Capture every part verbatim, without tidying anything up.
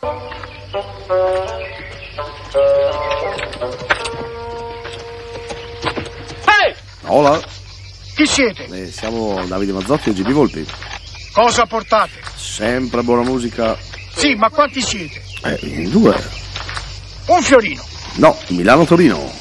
Hola. Chi siete? Eh, siamo Davide Mazzotti e G B Volpi. Cosa portate? Sempre buona musica. Sì, ma quanti siete? Eh, in due. Un fiorino. No, Milano-Torino.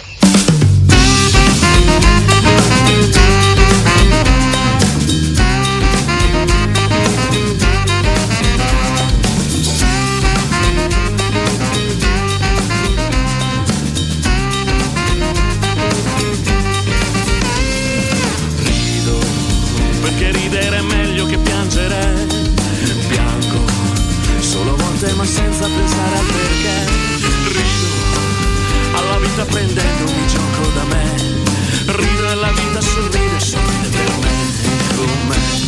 Ma senza pensare al perché rido alla vita prendendomi gioco da me, rido e la vita sorride, sorride per me, con me.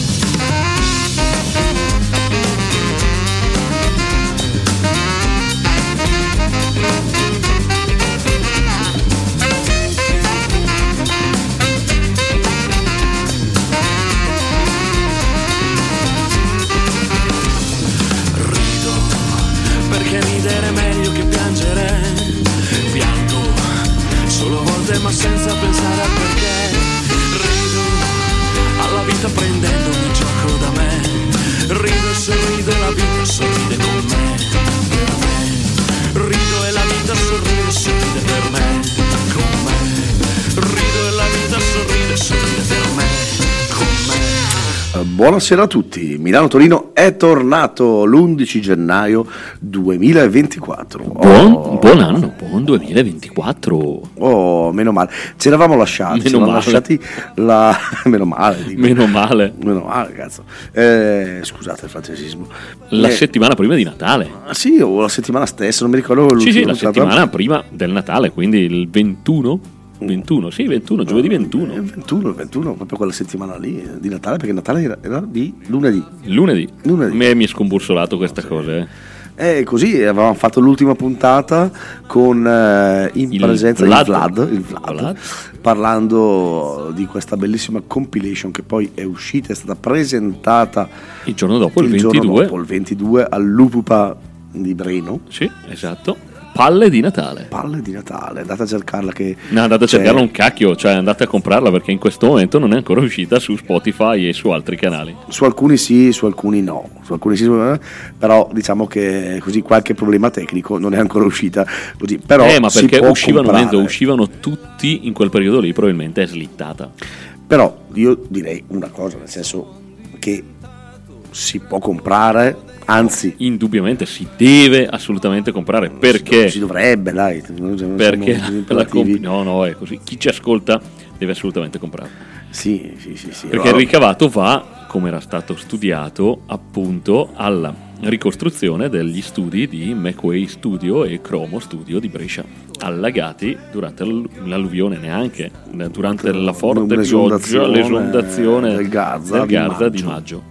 Ridere è meglio che piangere, piango solo volte ma senza pensare al perché, rido alla vita prendendomi gioco da me, rido e sorrido, la vita sorride con me, per me, rido e la vita sorride, sorride per me, con me, rido e la vita sorride, sorride per me, con me. Buonasera a tutti, Milano-Torino è tornato l'undici gennaio duemilaventiquattro. Buon, oh, buon anno, buon duemilaventiquattro. Oh, meno male, ci eravamo lasciati, Meno ci eravamo male. lasciati la... meno male, dico. Meno male. Meno male, cazzo. Eh, scusate il francesismo. La Eh, settimana prima di Natale. Sì, o la settimana stessa, non mi ricordo l'ultima Sì, sì, la puntata. settimana prima del Natale, quindi il ventuno. ventuno, sì, ventuno, giovedì ventuno. Il ventuno, il ventuno, proprio quella settimana lì di Natale, perché Natale era, era di lunedì. Lunedì. Lunedì. Me mi è scombussolato questa cosa, eh. E così avevamo fatto l'ultima puntata con eh, in Il presenza Vlad. di Vlad, il Vlad, Vlad. parlando di questa bellissima compilation che poi è uscita, è stata presentata Il giorno dopo, il, il giorno ventidue. dopo, il ventidue all'Upupa di Breno. Sì, esatto. Palle di Natale. Palle di Natale, andate a cercarla che No, andate a c'è- cercarla un cacchio, cioè andate a comprarla perché in questo momento non è ancora uscita su Spotify e su altri canali. Su alcuni sì, su alcuni no, su alcuni sì, su- però diciamo che così qualche problema tecnico non è ancora uscita così, però eh, ma si perché può uscivano, comprare. mentre uscivano tutti in quel periodo lì, probabilmente è slittata. Però io direi una cosa, nel senso che si può comprare, anzi Indubbiamente si deve assolutamente comprare, perché si dovrebbe, dai, non siamo perché la imperativi. comp- no no è così, chi ci ascolta deve assolutamente comprare, Sì, sì, sì, sì. perché il ricavato va, come era stato studiato, appunto alla ricostruzione degli studi di McWay Studio e Chromo Studio di Brescia, allagati durante l- l'alluvione, neanche durante la forte pioggia, L'esondazione l'esondazione del Garza del di Garza di maggio. maggio.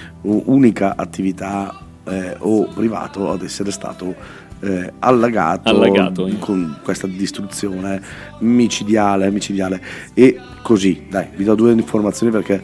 Unica attività eh, o privato ad essere stato eh, allagato, Allagato, eh. con questa distruzione micidiale, micidiale e così, dai, vi do due informazioni perché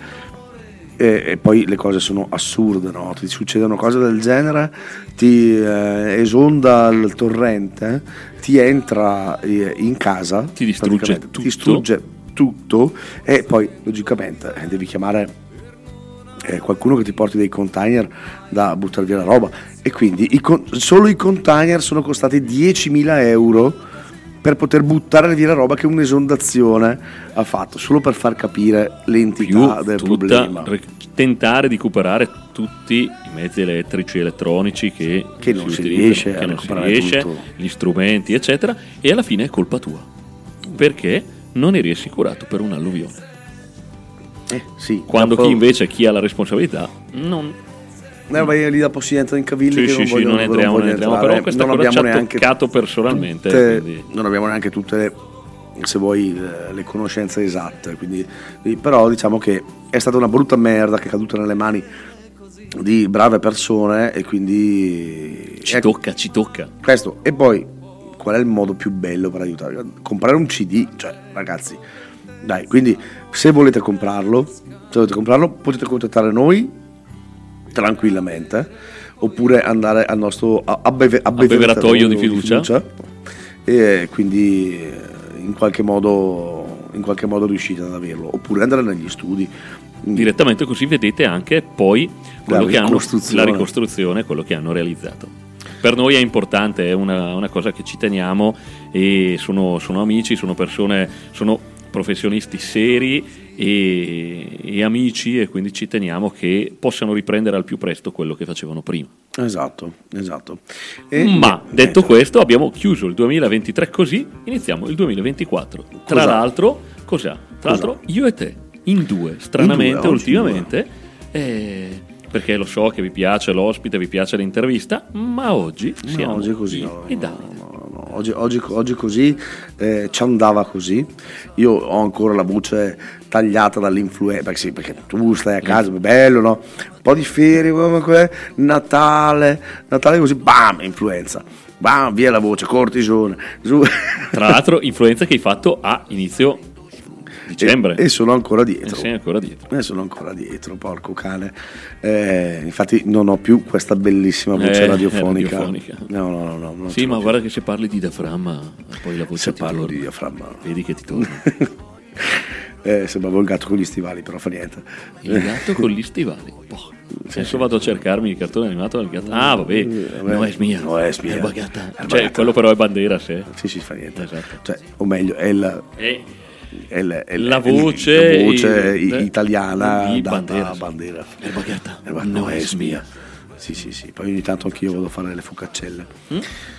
e, e poi le cose sono assurde, no? Ti succedono cose del genere, ti eh, esonda il torrente, ti entra eh, in casa, Ti distrugge praticamente, tutto. ti distrugge tutto e poi logicamente eh, devi chiamare eh, qualcuno che ti porti dei container da buttare via la roba e quindi i con- solo i container sono costati diecimila euro per poter buttare via la roba che un'esondazione ha fatto, solo per far capire l'entità Più del tutta, problema. re- tentare di recuperare tutti i mezzi elettrici, elettronici che, Che non si utilizzano, riesce che a non si recuperare riesce, tutto. gli strumenti eccetera, e alla fine è colpa tua perché non eri assicurato per un'alluvione, Eh, sì, quando dopo- chi invece chi ha la responsabilità non. Eh, vai lì dopo si entra in cavilli Sì, che sì, non sì, voglio- non entriamo, voglio non entriamo, entrare. però questa Non cosa ci abbiamo ha neanche toccato personalmente, tutte- quindi- non abbiamo neanche tutte le, se vuoi le, le conoscenze esatte, quindi, però diciamo che è stata una brutta merda che è caduta nelle mani di brave persone e quindi Ci ecco, tocca, ci tocca. questo. E poi qual è il modo più bello per aiutare? Comprare un C D, cioè ragazzi, dai, quindi se volete comprarlo, se volete comprarlo potete contattare noi tranquillamente, oppure andare al nostro abbeve, abbeveratoio di fiducia, di fiducia e quindi in qualche modo in qualche modo riuscite ad averlo, oppure andare negli studi direttamente, così vedete anche poi quello la che hanno, ricostruzione. la ricostruzione, quello che hanno realizzato. Per noi è importante, è una, una cosa che ci teniamo, e sono, sono amici, sono persone, sono professionisti seri e, e amici, e quindi ci teniamo che possano riprendere al più presto quello che facevano prima. Esatto, esatto. E Ma niente, detto niente. questo, abbiamo chiuso il duemilaventitré così, iniziamo il duemilaventiquattro. Tra Cos'ha? l'altro, cos'ha? Tra l'altro io e te, in due, stranamente, In due, oggi ultimamente, eh, perché lo so che vi piace l'ospite, vi piace l'intervista, ma oggi No, siamo oggi è così, io no, e no, Davide. no, no, oggi, oggi, oggi così eh, ci andava così. Io ho ancora la voce tagliata dall'influenza, perché, sì, perché tu stai a casa, è bello, no? Un po' di ferie, comunque, Natale, Natale così, bam, influenza, bam, via la voce, cortisone, su. Tra l'altro, influenza che hai fatto a inizio dicembre. E, e sono ancora dietro. E sei ancora dietro. E sono ancora dietro, porco cane. Eh, infatti non ho più questa bellissima voce Eh, radiofonica. radiofonica. No, no, no, no, non Sì, ce ma l'ho guarda che se parli di diaframma, poi la voce Se ti parlo torna. di diaframma. Vedi che ti torna. Eh, sembrava il gatto con gli stivali, però fa niente. Il gatto con gli stivali. Boh. Adesso vado a cercarmi il cartone animato del gatto. Ah, vabbè, no è mia. No è mia. Erba gatta. Erba Cioè, gatta. quello però è Banderas, eh. Sì, sì, fa niente. Esatto. Cioè, o meglio, è la, E è la, è La il- voce- la voce il- italiana di da Banderas. Banderas. Erba gatta. Erba- No no, è es mia. Sì, sì, sì. Poi ogni tanto anch'io vado a fare le focaccelle. Mm?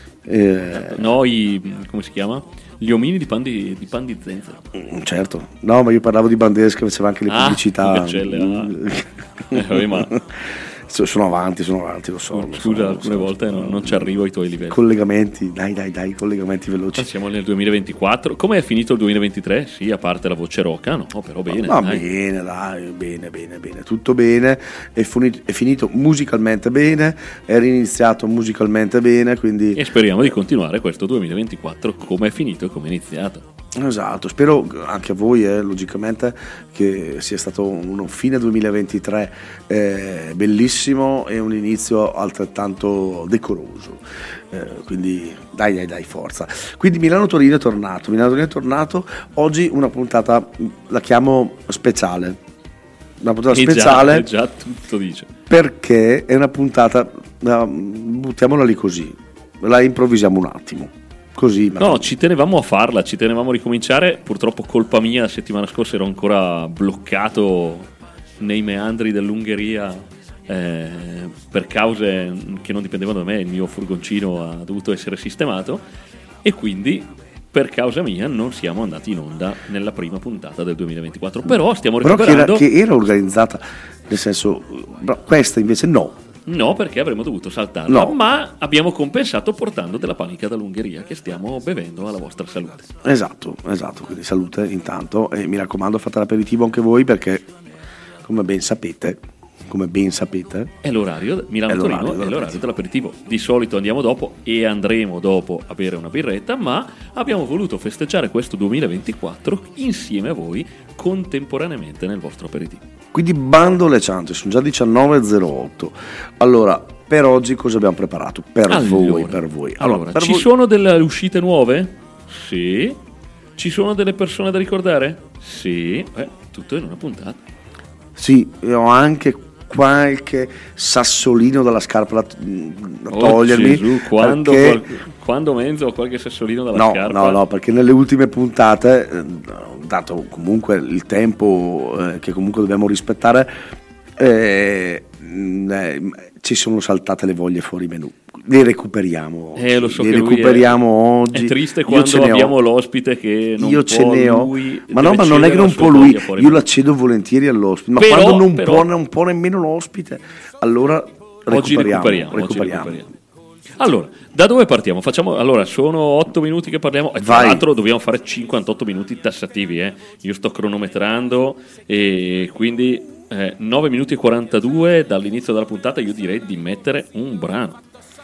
Eh, No, i, come si chiama? Gli omini di pan di, di, pan di zenzero. Mm, certo, no, ma io parlavo di Banderas che faceva anche le Ah, pubblicità. focaccelle, ah. Eh, vabbè, ma- So- sono avanti, sono avanti, lo so. lo so, Scusa, lo alcune so. volte non, non ci arrivo ai tuoi livelli. Collegamenti, dai, dai, dai, collegamenti veloci. Siamo nel duemilaventiquattro. Come è finito il duemilaventitré? Sì, a parte la voce roca, no, però bene. Va dai. bene, dai, bene, bene, bene, tutto bene. È, finito, è finito musicalmente bene, è riniziato musicalmente bene, quindi E speriamo di continuare questo duemilaventiquattro come è finito e come è iniziato. esatto. Spero anche a voi, eh, logicamente, che sia stato un fine duemilaventitré eh, bellissimo e un inizio altrettanto decoroso. Eh, quindi dai, dai, dai, forza. Quindi Milano-Torino è tornato. Milano-Torino è tornato. Oggi una puntata, la chiamo speciale. Una puntata E già, speciale e già tutto dice. perché è una puntata, eh, buttiamola lì così, la improvvisiamo un attimo. Così, ma No, ci tenevamo a farla, ci tenevamo a ricominciare. Purtroppo colpa mia, la settimana scorsa ero ancora bloccato nei meandri dell'Ungheria eh, per cause che non dipendevano da me. Il mio furgoncino ha dovuto essere sistemato e quindi per causa mia non siamo andati in onda nella prima puntata del duemilaventiquattro. Però stiamo però che era, recuperando. che era organizzata, nel senso, però questa invece no. No, perché avremmo dovuto saltarla, No. ma abbiamo compensato portando della panica dall'Ungheria che stiamo bevendo alla vostra salute. Esatto, esatto, quindi salute intanto e mi raccomando fate l'aperitivo anche voi perché come ben sapete, come ben sapete, È l'orario, Milano-Torino È l'orario è l'orario dell'aperitivo. dell'aperitivo. Di solito andiamo dopo e andremo dopo a bere una birretta, ma abbiamo voluto festeggiare questo duemilaventiquattro insieme a voi contemporaneamente nel vostro aperitivo. quindi bando le ciance, sono già diciannove e zero otto. Allora, per oggi cosa abbiamo preparato? Per Allora, voi, per voi. Allora, per ci voi- sono delle uscite nuove? Sì. Ci sono delle persone da ricordare? Sì. Eh, tutto in una puntata. Sì, e ho anche qualche sassolino dalla scarpa da, da Oh, togliermi. Gesù, quando, perché- qual- quando Menzo ho qualche sassolino dalla no, scarpa. no, no, perché nelle ultime puntate, eh, dato comunque il tempo eh, che comunque dobbiamo rispettare, eh, mh, eh, ci sono saltate le voglie fuori menù. Le recuperiamo oggi. Eh, lo so le che lui recuperiamo è, oggi. è triste Io quando ce ne ho. abbiamo l'ospite che non Io può ce ne ho, lui, ma no, deve ma non è che cedere non la può sua lui, voglia fuori io menù. la cedo volentieri all'ospite, ma Però- quando non, però- può, non può nemmeno l'ospite, allora Oggi recuperiamo. recuperiamo, oggi recuperiamo. recuperiamo. Allora, da dove partiamo? Facciamo, allora, sono otto minuti che parliamo e tra Vai. l'altro dobbiamo fare cinquantotto minuti tassativi, eh. Io sto cronometrando e quindi eh, nove minuti e quarantadue dall'inizio della puntata. Io direi di mettere un brano.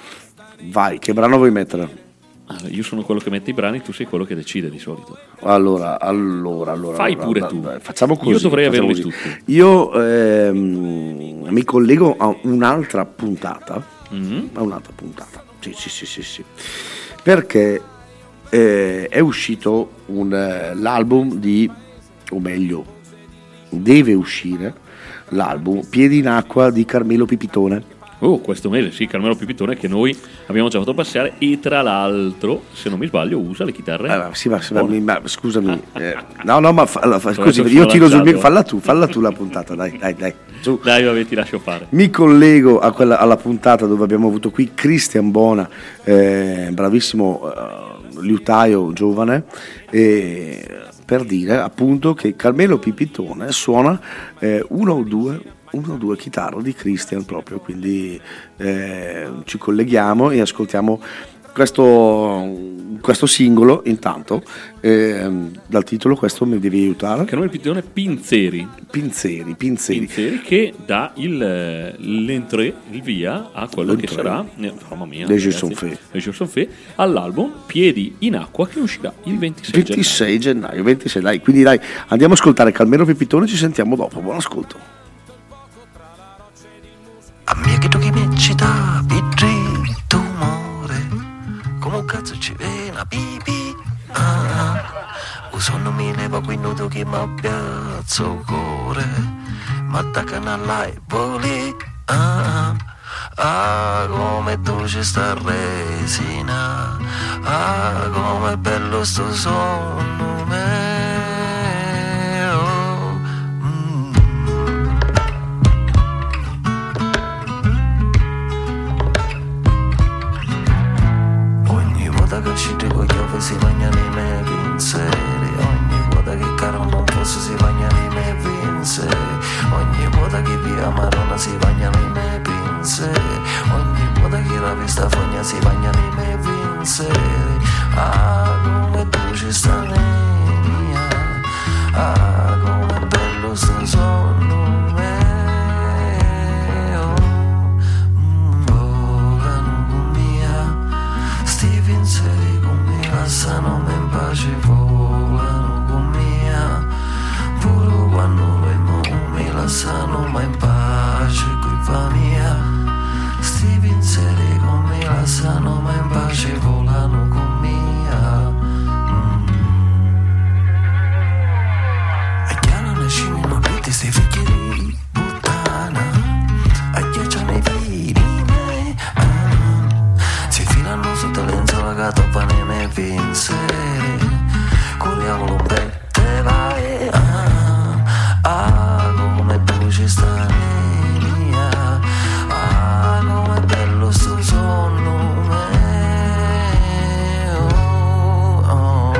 Vai, che brano vuoi mettere? Allora, io sono quello che mette i brani, tu sei quello che decide di solito. Allora, allora, allora. Fai allora, pure dai, tu. dai, facciamo così. Io dovrei facciamo averli così. tutti. Io ehm, mi collego a un'altra puntata Mm-hmm. È un'altra puntata. Sì, sì, sì, sì, sì. Perché eh, è uscito un, eh, l'album di, o meglio, deve uscire l'album Piedi in acqua di Carmelo Pipitone. Oh, questo mese, sì, Carmelo Pipitone che noi abbiamo già fatto passare e tra l'altro, se non mi sbaglio, usa le chitarre. Eh, sì, ma, ma, ma scusami, eh, no, no, ma fa, fa, scusi, Adesso io sono tiro sul lanciato. mio, falla tu, falla tu la puntata, dai, dai, dai. Su. Dai, vabbè, ti lascio fare. Mi collego a quella, alla puntata dove abbiamo avuto qui Cristian Bona, eh, bravissimo eh, liutaio giovane, eh, per dire appunto che Carmelo Pipitone suona eh, uno o due uno o due chitarre di Christian proprio, quindi eh, ci colleghiamo e ascoltiamo questo, questo singolo intanto, eh, dal titolo questo mi devi aiutare. Carmelo Pipitone Pinzeri. Pinzeri, Pinzeri. Pinzeri che dà il, l'entrée, il via a quello L'entrée. che sarà, eh, mamma mia, Les Jeux ragazzi, sont faits. Les Jeux sont faits, all'album Piedi in acqua che uscirà il ventisei, ventisei gennaio, ventisei, dai, quindi dai, andiamo a ascoltare Carmelo Pipitone, ci sentiamo dopo, buon ascolto. A me che tu che mi eccita, pitri, tumore, come cazzo ci viene a pipì, ah, o sonno mi leva qui nudo che mi piazza il cuore, ma attaccano alla e voli, ah, ah, come dolce sta resina, ah, come bello sto sonno mio. Che ci dico io si mangiano i miei pensieri, ogni volta che caro non posso si mangiano i miei pensieri, ogni volta che via Marona si mangiano i miei pensieri, ogni volta che la vista fogna si mangiano i miei pensieri, ah come dolce sta mia, ah come bello sto sonno mio. Pensieri con me lasciano in pace, volano con mia, pure quando noi mi lasciano mai in pace, colpa mia. Sti pensieri con me lasciano mai in pace, volano con mia. Mm. E chiaro ne scimino tutti sti figli di puttana, agghiacciano i vini miei, ah. Si filano sotto le che toppano i miei pensieri, corriamo l'ombette vai, ah, ah, come dolce sta mia, ah, come bello sto sonno mio, oh, oh.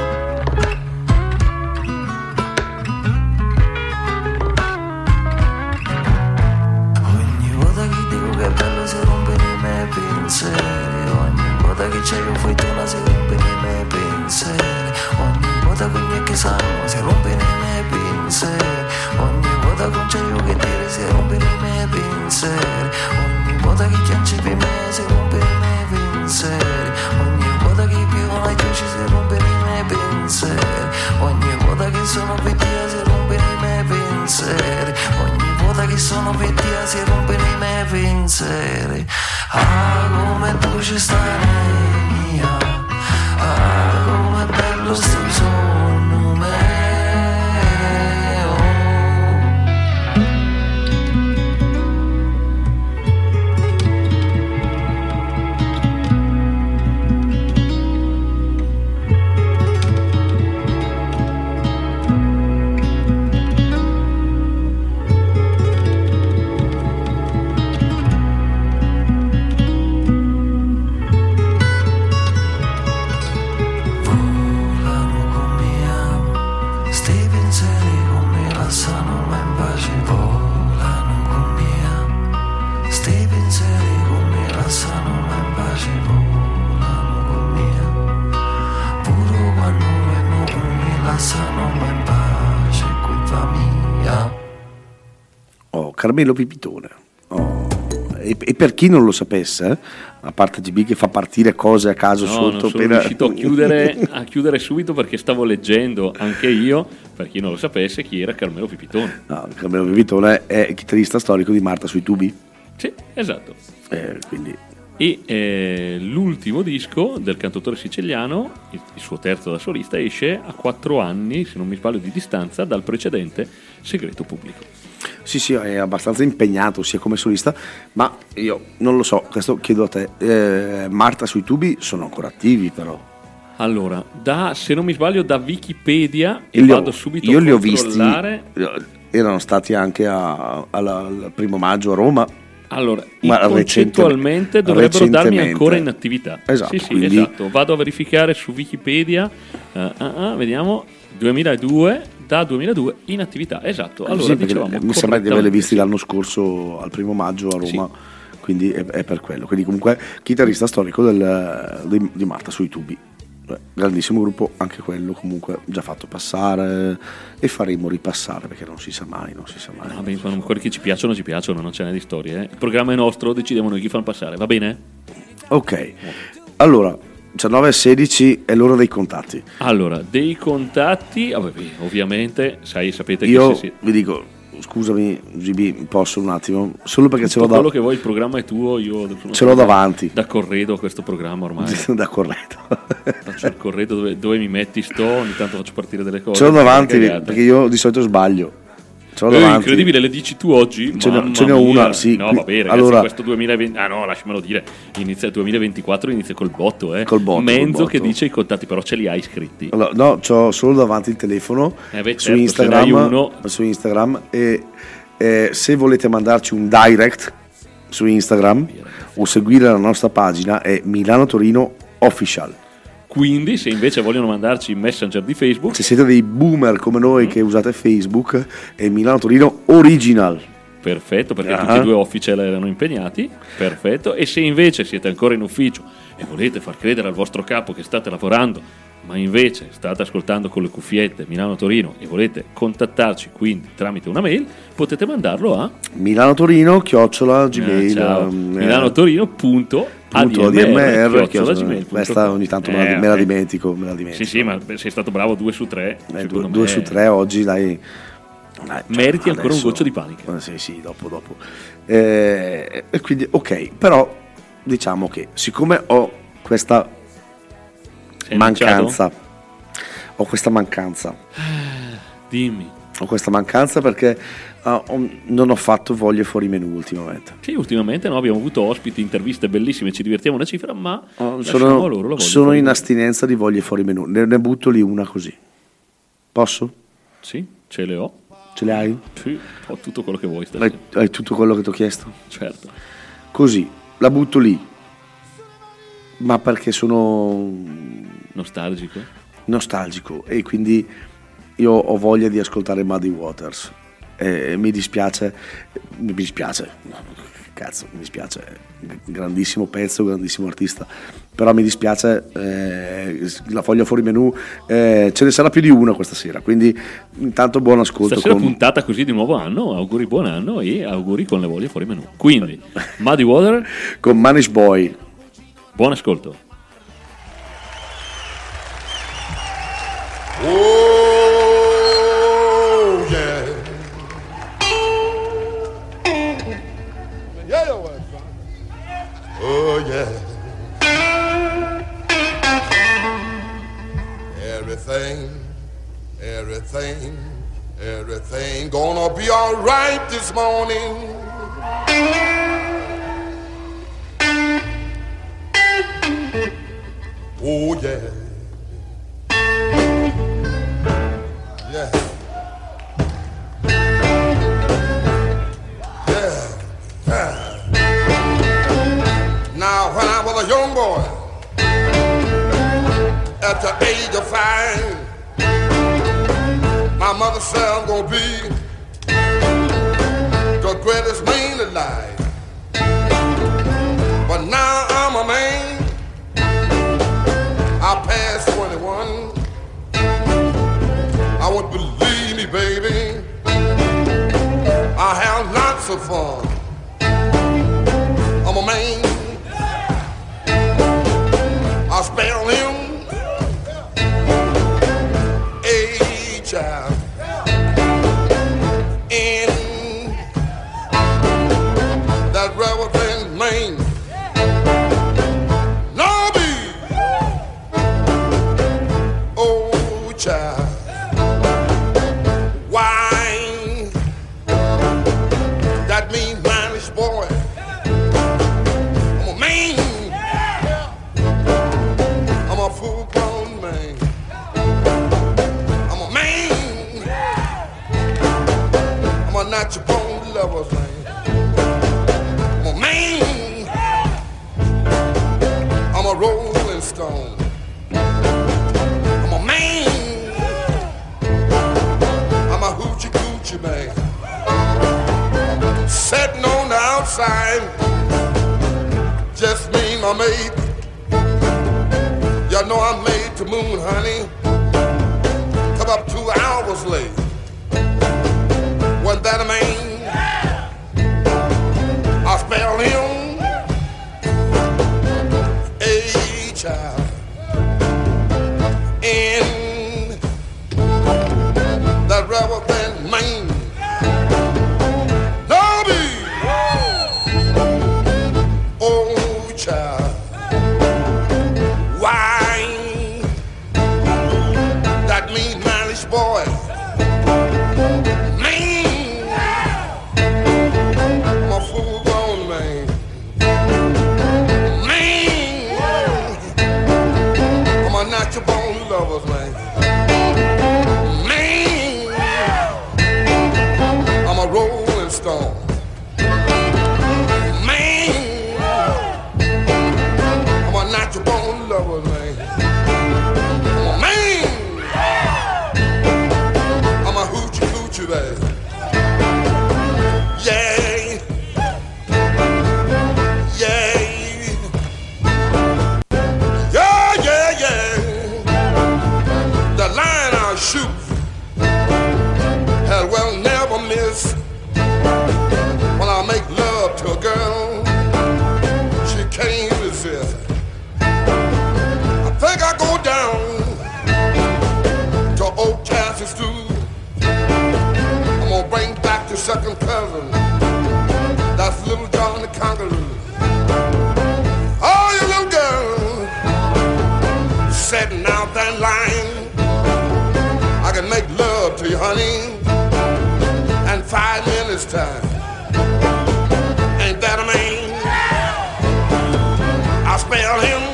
Ogni volta che dico che è bello si rompono i miei pensieri, ogni volta che c'è io fortuna si rompono i miei pensieri, ogni volta che ogni che sanno si rompono i miei pensieri, ogni volta che c'è io che dire si rompono i miei pensieri, ogni volta che chiacci per me si rompono i miei pensieri, ogni volta che piovono i dolci si rompono i miei pensieri, ogni volta che sono pettia si rompono i miei pensieri, ogni volta che sono pettia si rompono i miei pensieri, ah come dolce sta mia, ah come bello sto sonno mio. Carmelo Pipitone. Oh. E, e per chi non lo sapesse, a parte G B che fa partire cose a caso no, sotto, non sono per... riuscito a chiudere, a chiudere subito perché stavo leggendo anche io, per chi non lo sapesse, chi era Carmelo Pipitone. No, Carmelo Pipitone è il chitarrista storico di Marta sui tubi. Sì, esatto. Eh, quindi... E eh, l'ultimo disco del cantautore siciliano, il, il suo terzo da solista, esce a quattro anni, se non mi sbaglio, di distanza dal precedente Segreto Pubblico. Sì, sì, è abbastanza impegnato sia come solista, ma io non lo so, questo chiedo a te. Eh, Marta sui tubi sono ancora attivi però. Allora, da, se non mi sbaglio, da Wikipedia, e Io vado subito io a li ho visti, controllare. erano stati anche a, alla- al primo maggio a Roma. Allora, Ma concettualmente recentemente- dovrebbero darmi recentemente. ancora in attività. Esatto, Sì, sì, quindi- esatto. Vado a verificare su Wikipedia. eh, ah, ah, vediamo, duemiladue, da duemiladue in attività. Esatto. Allora, Sì, perché dicevamo mi sembra di averli visti correttamente, l'anno scorso al primo maggio a Roma, quindi è, è per quello. Quindi comunque chitarrista storico del- di, di Marta sui tubi. Beh, grandissimo gruppo anche quello, comunque già fatto passare e faremo ripassare perché non si sa mai, non si sa mai. sì. No, beh, insomma, quelli che ci piacciono ci piacciono, non ce n'è di storie. eh. Il programma è nostro, decidiamo noi chi fanno passare, va bene? Ok, allora diciannove e sedici è l'ora dei contatti. Allora, dei contatti, ah, beh, ovviamente, sai, sapete Io che se si... vi dico, scusami G B, posso un attimo? Solo perché ce l'ho, Tutto quello da, che vuoi, il programma è tuo, io sono ce l'ho davanti. da corredo a questo programma ormai. Da corretto. Faccio il corredo dove, dove mi metti sto, ogni tanto faccio partire delle cose. Ce l'ho davanti Cagate. perché io di solito sbaglio. Ce l'ho Eh, davanti. incredibile, le dici tu oggi? Ce ne- Mamma ce ne ho mia. una, sì, No, qui- vabbè, ragazzi, allora- questo duemilaventi... Ah no, lasciamelo dire, inizia duemilaventiquatro, inizia col botto, eh. Col botto, Menzo col botto. che dice i contatti, però ce li hai iscritti. Allora, no, c'ho solo davanti il telefono Eh beh, su, certo, Instagram, se ne hai uno. su Instagram e eh, se volete mandarci un direct su Instagram o seguire la nostra pagina è Milano Torino Official. Quindi, se invece vogliono mandarci in Messenger di Facebook, Se siete dei boomer come noi Mm. che usate Facebook è Milano Torino Original. perfetto, perché Ah. tutti e due official erano impegnati, perfetto. E se invece siete ancora in ufficio e volete far credere al vostro capo che state lavorando, ma invece state ascoltando con le cuffiette Milano-Torino e volete contattarci quindi tramite una mail, potete mandarlo a Milano Torino chiocciola gmail. eh, ciao, eh, milanotorino punto punto A D M R, ADMR, chiocciola gmail punto com. questa ogni tanto me la, Eh, me la eh. dimentico, me la dimentico. Sì, sì, ma sei stato bravo due su tre. Eh, secondo due, me. due su tre oggi, dai. Dai, cioè, Meriti ancora un adesso- goccio di panica. Eh, sì, sì, dopo, dopo. Eh, e quindi, ok, però diciamo che siccome ho questa Sei mancanza, ho questa mancanza, annunciato? Dimmi. ho questa mancanza perché ah, ho- non ho fatto voglie fuori menù ultimamente. Sì, ultimamente no, abbiamo avuto ospiti, interviste bellissime, ci divertiamo una cifra, ma Oh, lasciamo a sono loro la voglia sono fuori in menù. astinenza di voglie fuori menù, ne, ne butto lì una così. Posso? Sì, ce le ho. Ce le hai? Sì, ho tutto quello che vuoi stasera. Hai, hai tutto quello che ti ho chiesto? Certo. Così, la butto lì. Ma perché sono Nostalgico. nostalgico e quindi io ho voglia di ascoltare Muddy Waters. E mi dispiace, mi dispiace, no, cazzo, mi dispiace, grandissimo pezzo, grandissimo artista, però mi dispiace, eh, la foglia fuori menù, eh, ce ne sarà più di una questa sera, quindi intanto buon ascolto. Stasera con... puntata così di nuovo anno, auguri buon anno e auguri con le voglie fuori menù. Quindi, Muddy Water, con Manish Boy. buon ascolto. Oh, yeah. Yeah, that was fun. Oh, yeah. Everything, everything, everything gonna be all right this morning. Oh, yeah. Yeah. Yeah. Yeah. Now, when I was a young boy, at the age of five, my mother said I'm gonna be the greatest man alive. But now I'm a man. I passed twenty-one. I won't believe me, baby. I have lots of fun. I'm a man. I spell him a child in that rolling stone. I'm a man. I'm a hoochie coochie man. Sitting on the outside, just me and my mate. You know I'm made to moon, honey. Come up two hours late. Wasn't that a man? I spell him a child. In that rubber band man. Oh child. Why that mean mannish boy? Man, I'm a full grown man. Man, I'm a natural born lover, man. Man, I'm a rolling stone. Natural born lover, man. I'm a man. I'm a hoochie coochie, baby. Yeah. Yeah. Yeah, yeah, yeah. The line I shoot had well never miss. When I make love to a girl, she can't resist. Think I go down to old Cassie's stew. I'm gonna bring back the second cousin. That's little John the Conqueror. Oh, you little girl, setting out that line. I can make love to you, honey, in five minutes time. Ain't that a man? I spell him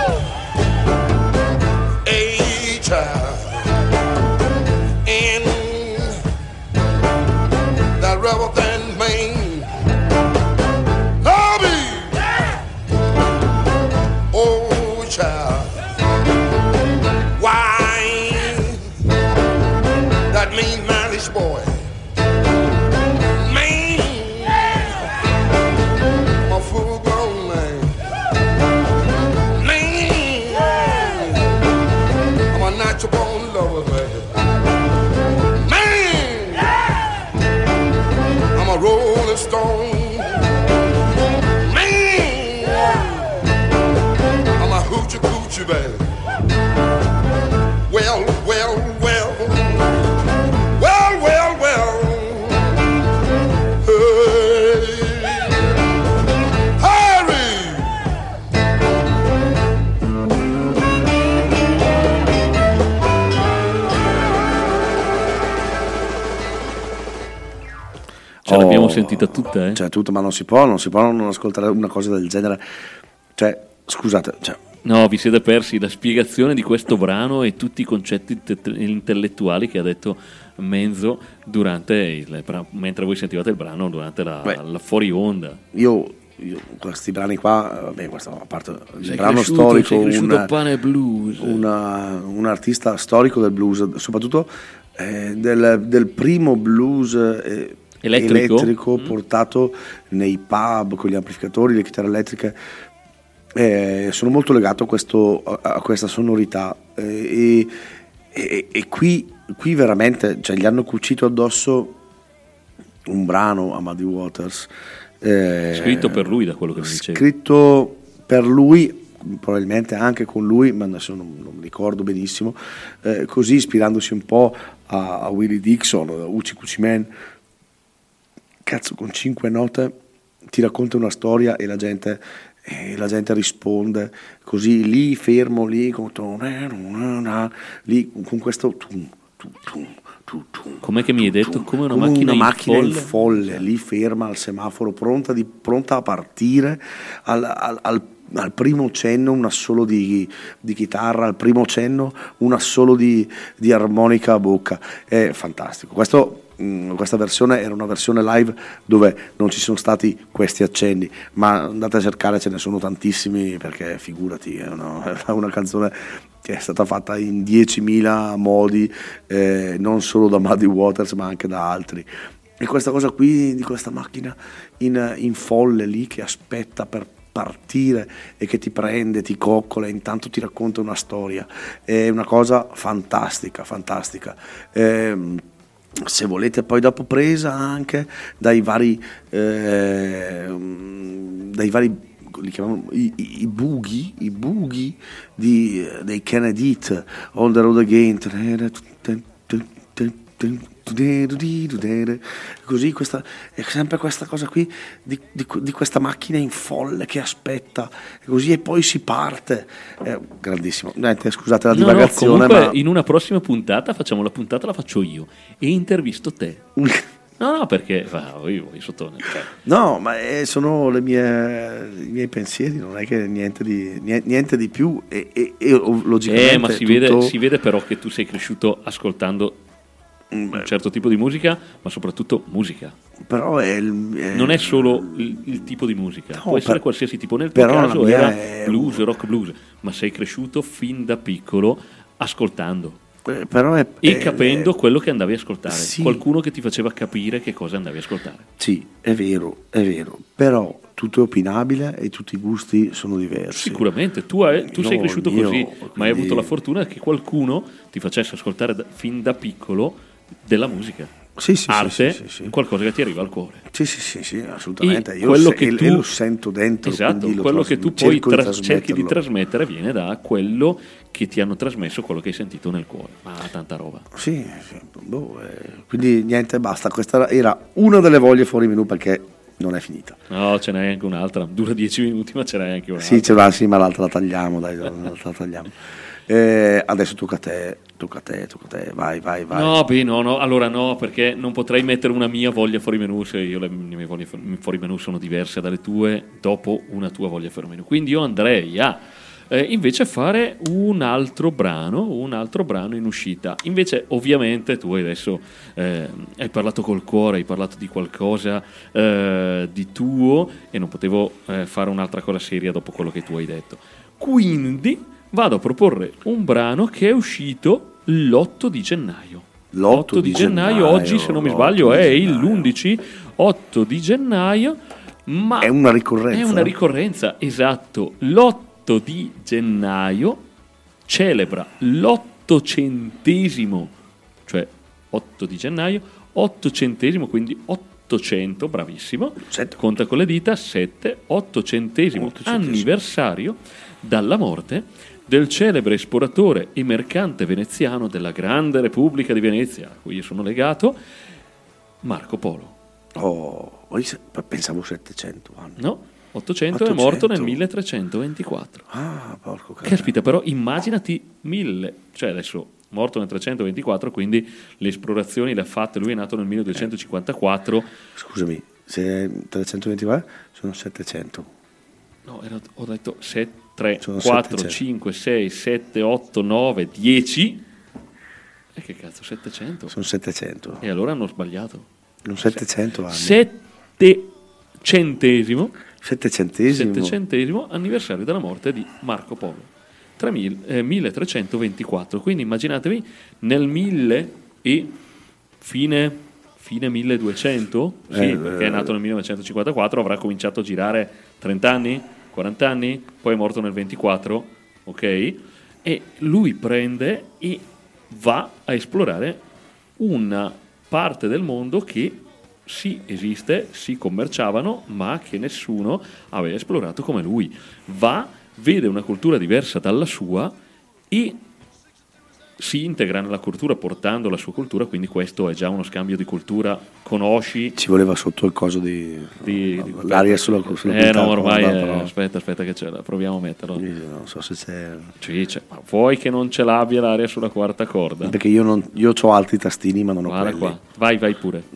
child. In that rubber band man. Lobby. Oh child. Why that mean mannish boy? Man, I'm a full grown man. Natural born lover, man. Man, I'm a rolling stone. Man, I'm a hoochie coochie, baby. Well, well, well, well, well, well. Ce l'abbiamo sentita tutta, eh? Cioè, tutta, ma non si può, non si può non ascoltare una cosa del genere. Cioè, scusate, cioè. No, vi siete persi la spiegazione di questo brano e tutti i concetti te- intellettuali che ha detto Menzo durante il, mentre voi sentivate il brano durante la, la fuori onda. Io, io questi brani qua, vabbè, questo a parte il sei brano cresciuto, storico, un, pane blues. Una, un artista storico del blues, soprattutto eh, del, del primo blues eh, elettrico, elettrico mm. portato nei pub con gli amplificatori, le chitarre elettriche. Eh, sono molto legato a, questo, a, a questa sonorità eh, e, e, e qui, qui veramente, cioè, gli hanno cucito addosso un brano a Muddy Waters eh, scritto per lui, da quello che mi dicevi. Scritto per lui, probabilmente anche con lui, ma adesso non, non mi ricordo benissimo, eh, così ispirandosi un po' a, a Willie Dixon, a Hoochie Coochie Man. Cazzo, con cinque note ti racconta una storia e la gente e la gente risponde così, lì fermo, lì con, lì, con questo tum, tum, tum, tum, tum, com'è che mi hai detto? Come una come macchina, una macchina in folle, in folle lì ferma al semaforo, pronta, di, pronta a partire al, al, al, al primo cenno un assolo di, di chitarra, al primo cenno un assolo di, di armonica a bocca. È fantastico. Questo mh, questa versione era una versione live dove non ci sono stati questi accenni, ma andate a cercare, ce ne sono tantissimi, perché figurati, è una, è una canzone che è stata fatta in diecimila modi, eh, non solo da Muddy Waters ma anche da altri. E questa cosa qui, di questa macchina in, in folle lì che aspetta per partire e che ti prende, ti coccola e intanto ti racconta una storia, è una cosa fantastica, fantastica. Eh, se volete poi dopo presa anche dai vari eh, dai vari li chiamano i, i, i boogie i boogie di, dei Kennedy, On the Road Again, così, questa è sempre questa cosa qui di, di, di questa macchina in folle che aspetta e così, e poi si parte, è grandissimo. Niente, scusate la divagazione, no, no, comunque ma in una prossima puntata facciamo la puntata, la faccio io e intervisto te. No, no, perché ah, io, io sotto, cioè. No, ma eh, sono le mie, i miei pensieri, non è che niente di, niente di più, e, e, e logicamente eh, ma si, tutto... vede, si vede però che tu sei cresciuto ascoltando un certo tipo di musica, ma soprattutto musica. Però è il, è... non è solo il, il tipo di musica, no, può essere per... qualsiasi tipo. Nel tuo però caso era è... blues, rock blues, ma sei cresciuto fin da piccolo ascoltando eh, però è, e è, capendo è... quello che andavi a ascoltare, sì. Qualcuno che ti faceva capire che cosa andavi a ascoltare. Sì, è vero, è vero, però tutto è opinabile e tutti i gusti sono diversi. Sicuramente, tu, hai, tu Io, sei cresciuto mio, così, quindi... ma hai avuto la fortuna che qualcuno ti facesse ascoltare da, fin da piccolo della musica. Sì, sì, arte, sì, sì, sì. qualcosa che ti arriva al cuore. Sì, sì, sì, sì, assolutamente. E Io quello se, che e, tu, e lo sento dentro. esatto, lo quello tras- che tu poi cerco tra- di cerchi di trasmetterlo. trasmettere viene da quello che ti hanno trasmesso, quello che hai sentito nel cuore. Ma tanta roba. Sì, sì, boh, eh, quindi niente, basta. Questa era una delle voglie fuori menù, perché non è finita. No, ce n'hai anche un'altra. Dura dieci minuti, ma ce n'hai anche un'altra. Sì, c'è una, sì, ma l'altra la tagliamo, dai, l'altra la tagliamo. Eh, adesso tocca a te, tocca a te, tocca a te, vai, vai, vai. No, beh, no, no, allora no, perché non potrei mettere una mia voglia fuori menù se io le mie voglie fuori menù sono diverse dalle tue dopo una tua voglia fuori menù. Quindi io andrei a eh, invece fare un altro brano, un altro brano in uscita. Invece, ovviamente, tu adesso eh, hai parlato col cuore, hai parlato di qualcosa eh, di tuo e non potevo eh, fare un'altra cosa seria dopo quello che tu hai detto. Quindi vado a proporre un brano che è uscito l'otto di gennaio. L'otto di gennaio, oggi se non mi sbaglio è il l'undici otto di gennaio, ma è una ricorrenza. È una ricorrenza, esatto. L'otto di gennaio celebra l'ottocentesimo, cioè otto di gennaio, ottocentesimo, quindi ottocento, bravissimo. Sette. Conta con le dita, sette, ottocentesimo anniversario dalla morte del celebre esploratore e mercante veneziano della Grande Repubblica di Venezia, a cui io sono legato, Marco Polo. Oh, pensavo settecento anni. No, ottocento, ottocento. È morto nel milletrecentoventiquattro. Ah, porco cazzo. Caspita, però immaginati mille, cioè adesso morto nel trecentoventiquattro, quindi le esplorazioni le ha fatte, lui è nato nel milleduecentocinquantaquattro. Scusami, se trecentoventiquattro sono settecento. No, era, ho detto sette, tre, sono quattro, settecento. cinque, sei, sette, otto, nove, dieci. E che cazzo, settecento? Sono settecento. E allora hanno sbagliato. Non settecento anni. Settecentesimo. Settecentesimo. Settecentesimo anniversario della morte di Marco Polo. tremila, eh, milletrecentoventiquattro. Quindi immaginatevi nel mille e fine, fine milleduecento, sì, Eh, perché è nato nel millenovecentocinquantaquattro, avrà cominciato a girare trenta anni, quaranta anni, poi è morto nel ventiquattro, ok? E lui prende e va a esplorare una parte del mondo che sì esiste, si commerciavano, ma che nessuno aveva esplorato come lui. Va, vede una cultura diversa dalla sua e si integra nella cultura portando la sua cultura, quindi questo è già uno scambio di cultura, conosci. Ci voleva sotto il coso di, di, di l'aria sulla, sulla eh no ormai corda, è, però. aspetta aspetta che ce la proviamo a metterlo. Non so se c'è, Sì, c'è. Ma vuoi che non ce l'abbia l'aria sulla quarta corda? perché io non io ho altri tastini ma non ho Guarda quelli. qua, vai vai pure.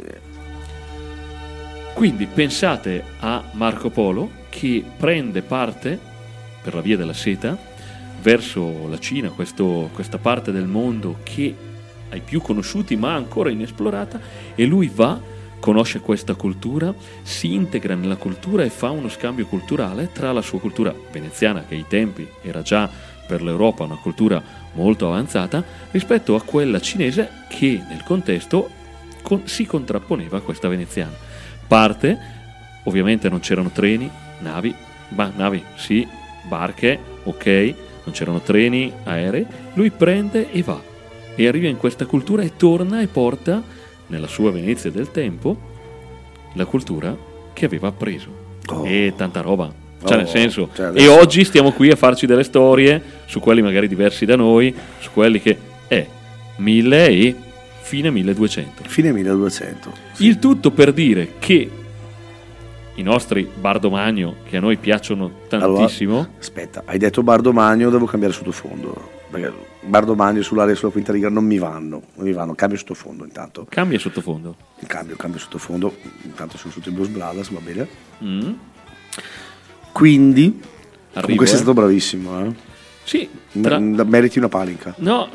Quindi pensate a Marco Polo che prende parte per la via della seta verso la Cina, questo, questa parte del mondo che ai più conosciuti ma ancora inesplorata, e lui va, conosce questa cultura, si integra nella cultura e fa uno scambio culturale tra la sua cultura veneziana, che ai tempi era già per l'Europa una cultura molto avanzata, rispetto a quella cinese che nel contesto con, si contrapponeva a questa veneziana. Parte, ovviamente non c'erano treni, navi, ma navi sì, barche, ok, non c'erano treni, aerei, lui prende e va e arriva in questa cultura e torna e porta nella sua Venezia del tempo la cultura che aveva appreso. Oh. E tanta roba, cioè Oh, nel senso, cioè e adesso- oggi stiamo qui a farci delle storie su quelli magari diversi da noi, su quelli che è mille e fine milleduecento. Fine milleduecento. Il tutto per dire che i nostri Bardomagno, che a noi piacciono tantissimo, Allora, aspetta, hai detto Bardomagno, devo cambiare sottofondo. Perché Bardomagno sull'area sulla quinta riga non mi vanno, non mi vanno, cambio sottofondo intanto. cambia sottofondo. Cambio, cambio sottofondo, intanto sono sotto i Blues Brothers, va bene. Mm. Quindi, Arrivo, comunque sei eh. stato bravissimo, eh? Sì, M- tra- m- meriti una palinca. no,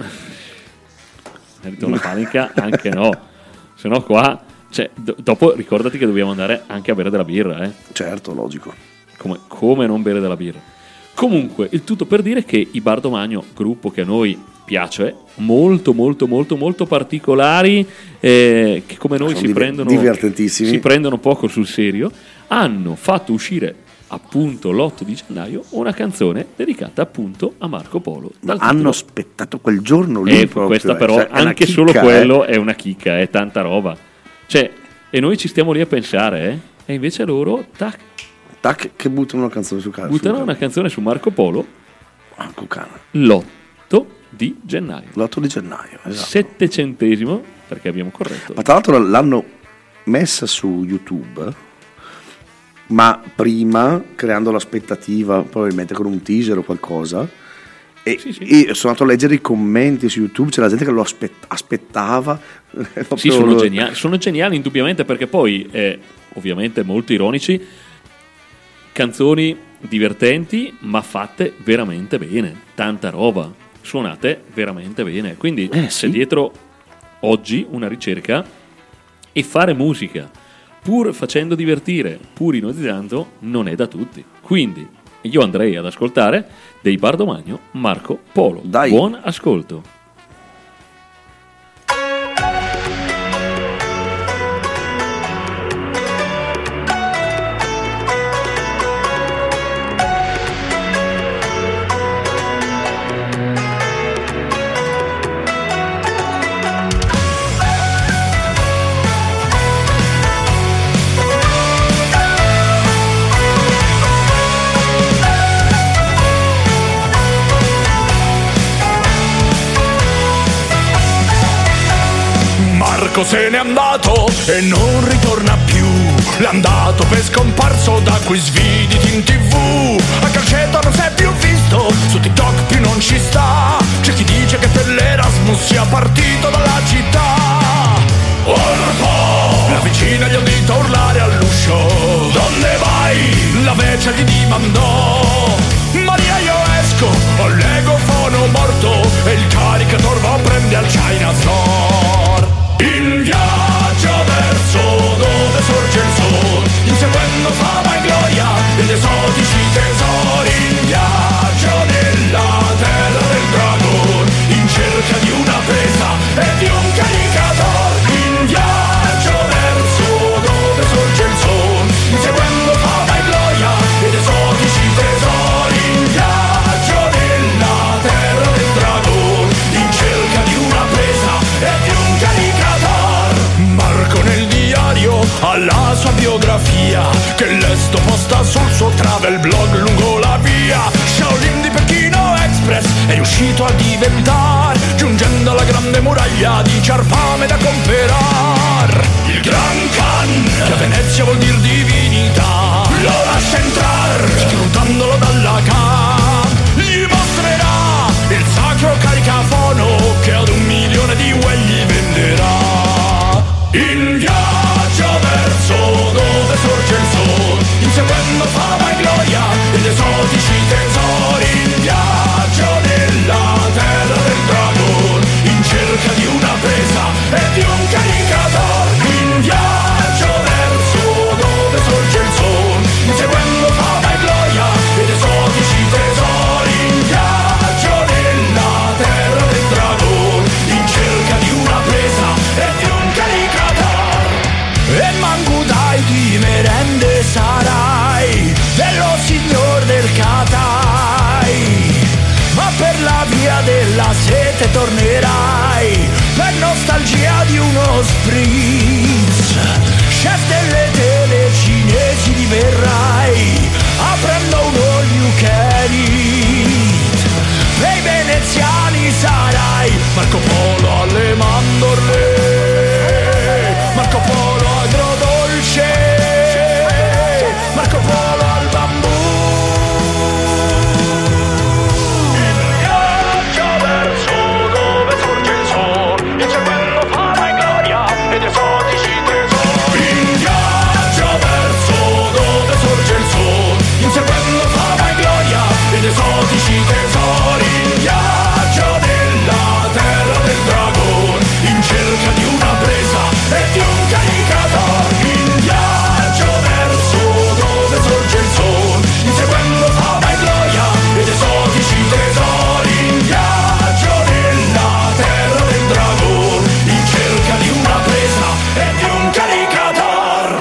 merito una panica, anche no, se no qua, cioè, do- dopo ricordati che dobbiamo andare anche a bere della birra, eh. Certo, logico. Come, come non bere della birra. Comunque, il tutto per dire che i Bardomagno, gruppo che a noi piace, molto molto molto molto particolari, eh, che come noi Sono si div- prendono divertentissimi. si prendono poco sul serio, hanno fatto uscire appunto l'otto di gennaio una canzone dedicata appunto a Marco Polo. dal Hanno titolo- aspettato quel giorno lì e proprio, questa eh. però, Cioè, è una anche chicca, solo quello eh. è una chicca, è tanta roba. Cioè, e noi ci stiamo lì a pensare, eh? E invece loro, tac, Tac, che buttano una canzone su casa. buttano una canzone su Marco Polo Marco Cana. l'otto di gennaio. L'otto di gennaio, esatto. Settecentesimo, perché abbiamo corretto. Ma tra l'altro l'hanno messa su YouTube, ma prima creando l'aspettativa, probabilmente con un teaser o qualcosa. E, Sì, sì. e sono andato a leggere i commenti su YouTube, c'era gente che lo aspet- aspettava. Proprio Sì, sono lo- geniali, sono geniali indubbiamente, perché poi, eh, ovviamente molto ironici, canzoni divertenti ma fatte veramente bene, tanta roba, suonate veramente bene. Quindi Eh, c'è sì. dietro oggi una ricerca, e fare musica pur facendo divertire, pur ironizzando, non è da tutti. Quindi io andrei ad ascoltare dei Bardomagno Marco Polo. Dai. Buon ascolto. Marco se n'è andato e non ritorna più. L'è andato per scomparso da quei sviditi in tv. A Calceta non si è più visto, su TikTok più non ci sta. C'è chi dice che per l'Erasmus sia partito dalla città. Orpo! La vicina gli udita urlare all'uscio. Donde vai? La vecchia gli dimandò. Maria io esco, ho l'egofono morto e il caricatore va a prendere al China Store. In viaggio verso dove sorge il sole, inseguendo fama e gloria ed esotici tesori. In viaggio nella terra del dragon, in cerca di una presa e di un caricatore. In viaggio verso dove sorge il sole, inseguendo fama e gloria ed esotici tesori. In viaggio nella terra del dragon, in cerca di una presa e di un caricatore. Marco nel diario ha la sua biografia, che l'esto posta sul suo travel blog lungo la via. Shaolin di Pechino Express è riuscito a diventare, giungendo alla grande muraglia di Ciarpame da comperar. Il Gran Khan, che a Venezia vuol dir divinità, lo lascia entrar, scrutandolo dalla cam. Gli mostrerà il sacro caricafono che ad un milione di uè gli venderà. In viaggio verso dove sorge il sole, inseguendo fama e gloria ed esotici tesori. In viaggio nella terra del dragon, in cerca di una presa te tornerai per nostalgia di uno spritz. Chef delle tele cinesi diverrai aprendo un all you can eat. Per i veneziani sarai Marco Polo alle mandorle, Marco Polo agrodolce, Marco Polo al bambù. In viaggio verso dove sorge il sole, inseguendo fama e gloria ed esotici tesori. In viaggio verso dove sorge il sole, inseguendo fama e gloria ed esotici tesori. In viaggio nella terra del dragon, in cerca di una presa e di un caricatore. In viaggio verso dove sorge il sole, inseguendo fama e gloria ed esotici tesori. In viaggio nella terra del dragon, in cerca di una presa e di un caricatore.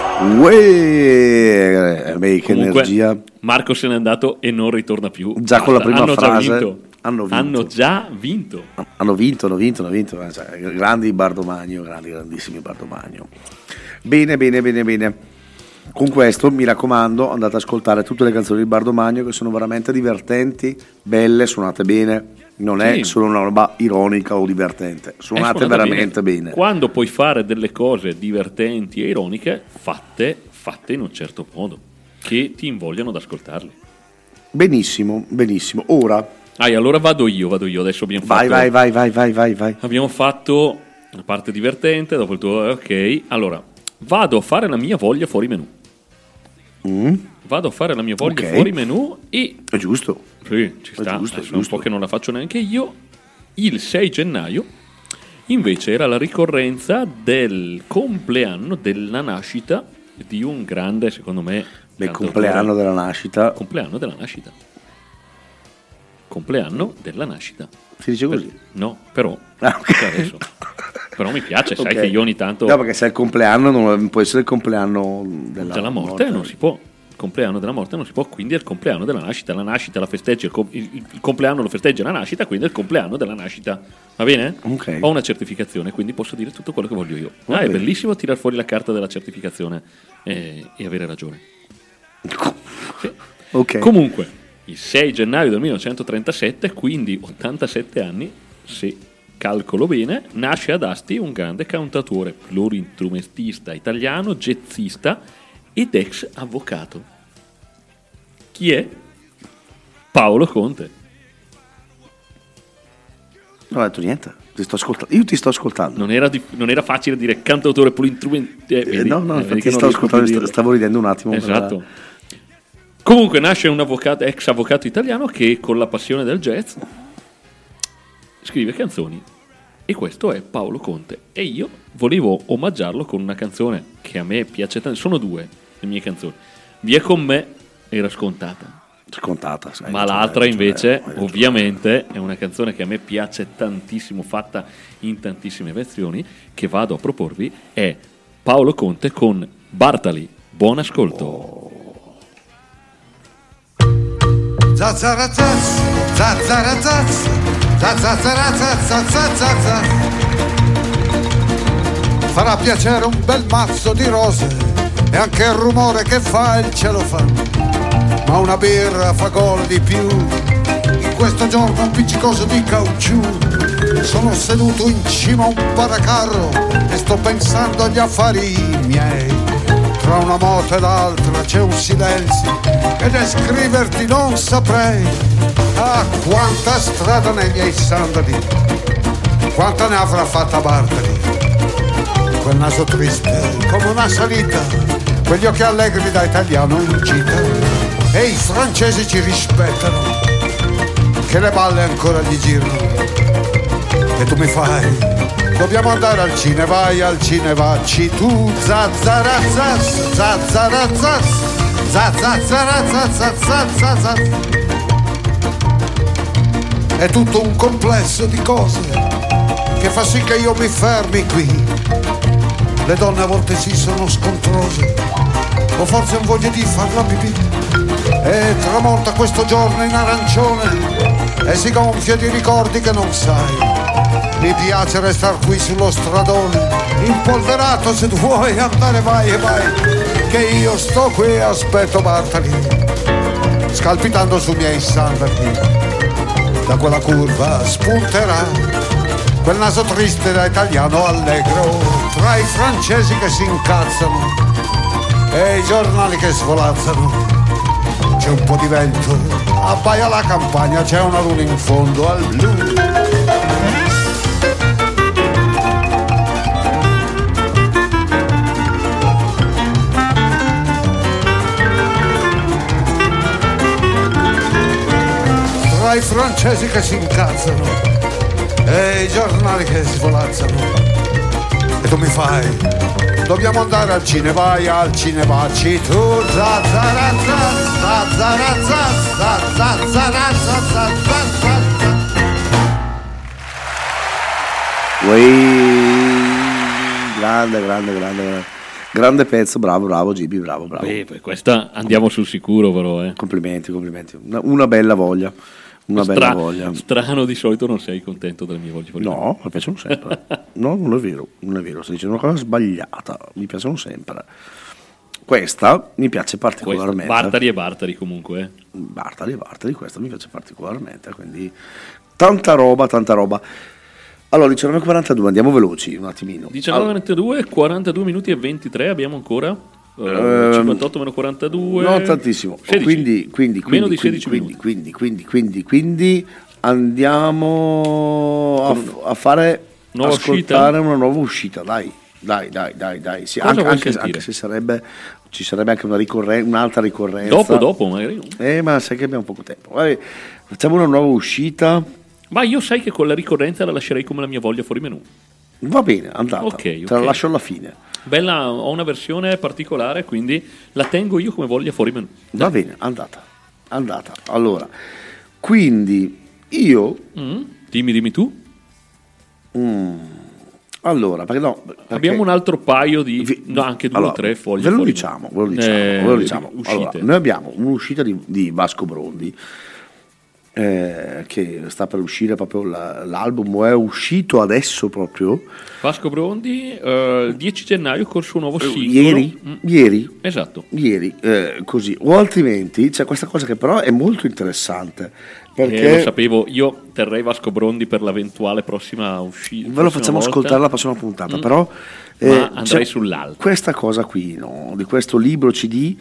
Uè, beh, che Comunque, energia. Marco se n'è andato e non ritorna più. Già con la prima hanno frase già vinto. hanno vinto. Hanno già vinto. Hanno vinto, hanno vinto, hanno vinto. eh, Cioè, grandi Bardomagno, grandi, grandissimi Bardomagno. Bene, bene, bene, bene. Con questo, mi raccomando, andate ad ascoltare tutte le canzoni di Bardomagno, che sono veramente divertenti, belle, suonate bene. Non Sì. è solo una roba ironica o divertente, È suonate suonata veramente bene. Quando puoi fare delle cose divertenti e ironiche, fatte, fatte in un certo modo, che ti invogliano ad ascoltarli. Benissimo, benissimo. Ora, Ah, e allora vado io, vado io. Adesso abbiamo vai, fatto... vai, vai, vai, vai, vai, vai. Abbiamo fatto la parte divertente, dopo il tuo ok. Allora, vado a fare la mia voglia fuori menù. Mm, Vado a fare la mia voglia Ok. fuori menù e... è giusto. Sì, ci sta, giusto, è adesso è un giusto. po' che non la faccio neanche io. Il sei gennaio invece era la ricorrenza del compleanno della nascita di un grande, secondo me, Del cantautore. compleanno della nascita. Compleanno della nascita. Compleanno della nascita. Si dice così? No, però Ah, ok. adesso. Però mi piace, sai Ok. che io ogni tanto No, perché se è il compleanno non può essere il compleanno della, della morte non si può. Il compleanno della morte non si può, quindi è il compleanno della nascita. La nascita la festeggia, il, com- il- il compleanno lo festeggia la nascita, quindi è il compleanno della nascita. Va bene? Ok. Ho una certificazione, quindi posso dire tutto quello che voglio io. Va Ah, è bene. bellissimo tirar fuori la carta della certificazione e, e avere ragione. Sì. Ok. Comunque, il sei gennaio del millenovecentotrentasette, quindi ottantasette anni, se calcolo bene, nasce ad Asti un grande cantautore, pluristrumentista italiano, jazzista ed ex avvocato. Chi è? Paolo Conte. Non ho detto niente, ti sto ascoltando. Io ti sto ascoltando. Non era, di- non era facile dire cantautore pluristrumentista. Eh, Eh, vedi? no, no, Eh, infatti vedi che non stavo riesco più a ascoltando, dirlo. stavo ridendo un attimo. Esatto. Comunque nasce un avvocato, ex avvocato italiano che con la passione del jazz scrive canzoni. E questo è Paolo Conte. E io volevo omaggiarlo con una canzone che a me piace tanto. Sono due le mie canzoni. Via con me era scontata. Scontata, sai, Ma hai l'altra ragione, invece, hai ragione. ovviamente, è una canzone che a me piace tantissimo, fatta in tantissime versioni, che vado a proporvi, è Paolo Conte con Bartali. Buon ascolto. Zazzarazaz, zazzarazaz, zazzarazaz, zazzarazaz. Farà piacere un bel mazzo di rose e anche il rumore che fa il cielo fa. Ma una birra fa gol di più. In questo giorno appiccicoso di caucciù sono seduto in cima a un paracarro e sto pensando agli affari miei. Tra una moto e l'altra c'è un silenzio che descriverti non saprei. Ah, quanta strada nei miei sandali, quanta ne avrà fatta Bartali. Quel naso triste come una salita, quegli occhi allegri da italiano in gita. E i francesi ci rispettano, che le balle ancora gli girano. E tu mi fai, dobbiamo andare al cinema, vai al cinema, ci tu, zazzarazaz, zazzarazaz, zazzarazaz, zazzarazaz. È tutto un complesso di cose che fa sì che io mi fermi qui. Le donne a volte sì sono scontrose, o forse non voglio di far la pipì. E tramonta questo giorno in arancione e si gonfia di ricordi che non sai. Mi piace restare qui sullo stradone, impolverato, se tu vuoi andare vai e vai, che io sto qui e aspetto Bartali, scalpitando sui miei sandali. Da quella curva spunterà quel naso triste da italiano allegro, tra i francesi che si incazzano e i giornali che svolazzano. C'è un po' di vento, abbaia la campagna, c'è una luna in fondo al blu. Tra i francesi che si incazzano e i giornali che svolazzano. E tu mi fai, dobbiamo andare al cinema, vai al cinema, ci tu, zazzarazza, zazzarazza, zazzarazza, zazzarazza. Uè, grande, grande, grande, grande. Grande pezzo, bravo, bravo Gibi, bravo, bravo. Beh, questa andiamo sul sicuro però, eh. Complimenti, complimenti. Una, una bella voglia. Una Stra- bella voglia. Strano, di solito non sei contento delle mie voglie. No, mi piacciono sempre. No, non è vero, non è vero. Stai dicendo una cosa sbagliata. Mi piacciono sempre. Questa mi piace particolarmente. Questa, Bartali e Bartali comunque. Eh. Bartali e Bartali, questa mi piace particolarmente. Quindi tanta roba, tanta roba. Allora, diciannove e quarantadue, andiamo veloci un attimino. diciannove e quarantadue, quarantadue minuti e ventitré abbiamo ancora. Uh, cinquantotto meno quarantadue, non tantissimo. sedici. Quindi, quindi, quindi, meno di quindi, sedici quindi, minuti. quindi, quindi, quindi, quindi andiamo a, f- a fare nuova ascoltare uscita? una nuova uscita. Dai, dai, dai, dai, dai. Sì, Cosa anche, vuoi anche, sentire? anche se sarebbe, ci sarebbe anche una ricorren- un'altra ricorrenza. Dopo, dopo, magari. Eh, ma sai che abbiamo poco tempo. Vai, facciamo una nuova uscita. Ma io sai che con la ricorrenza la lascerei come la mia voglia fuori menù. Va bene, andata. Ok, Te la ok. lascio alla fine. Bella, ho una versione particolare, quindi la tengo io come voglia fuori menù. Va bene, andata. Andata. Allora, quindi io... Mm, dimmi, dimmi tu. Mm, allora, perché no... Perché Abbiamo un altro paio di... vi- no, anche due allora, o tre foglie Ve lo fuori diciamo, menù. ve lo diciamo, Eh, ve lo diciamo. uscite. Allora, noi abbiamo un'uscita di, di Vasco Brondi, eh, che sta per uscire proprio, la- l'album è uscito adesso proprio, Vasco Brondi, eh, il dieci gennaio col suo nuovo singolo. ieri, Mm, ieri, esatto. ieri, eh, così, o altrimenti c'è questa cosa che però è molto interessante, Eh, perché lo sapevo, io terrei Vasco Brondi per l'eventuale prossima uscita. ve lo facciamo ascoltare la prossima puntata, però eh, Ma andrei c'è sull'altro. questa cosa qui, no? Di questo libro C D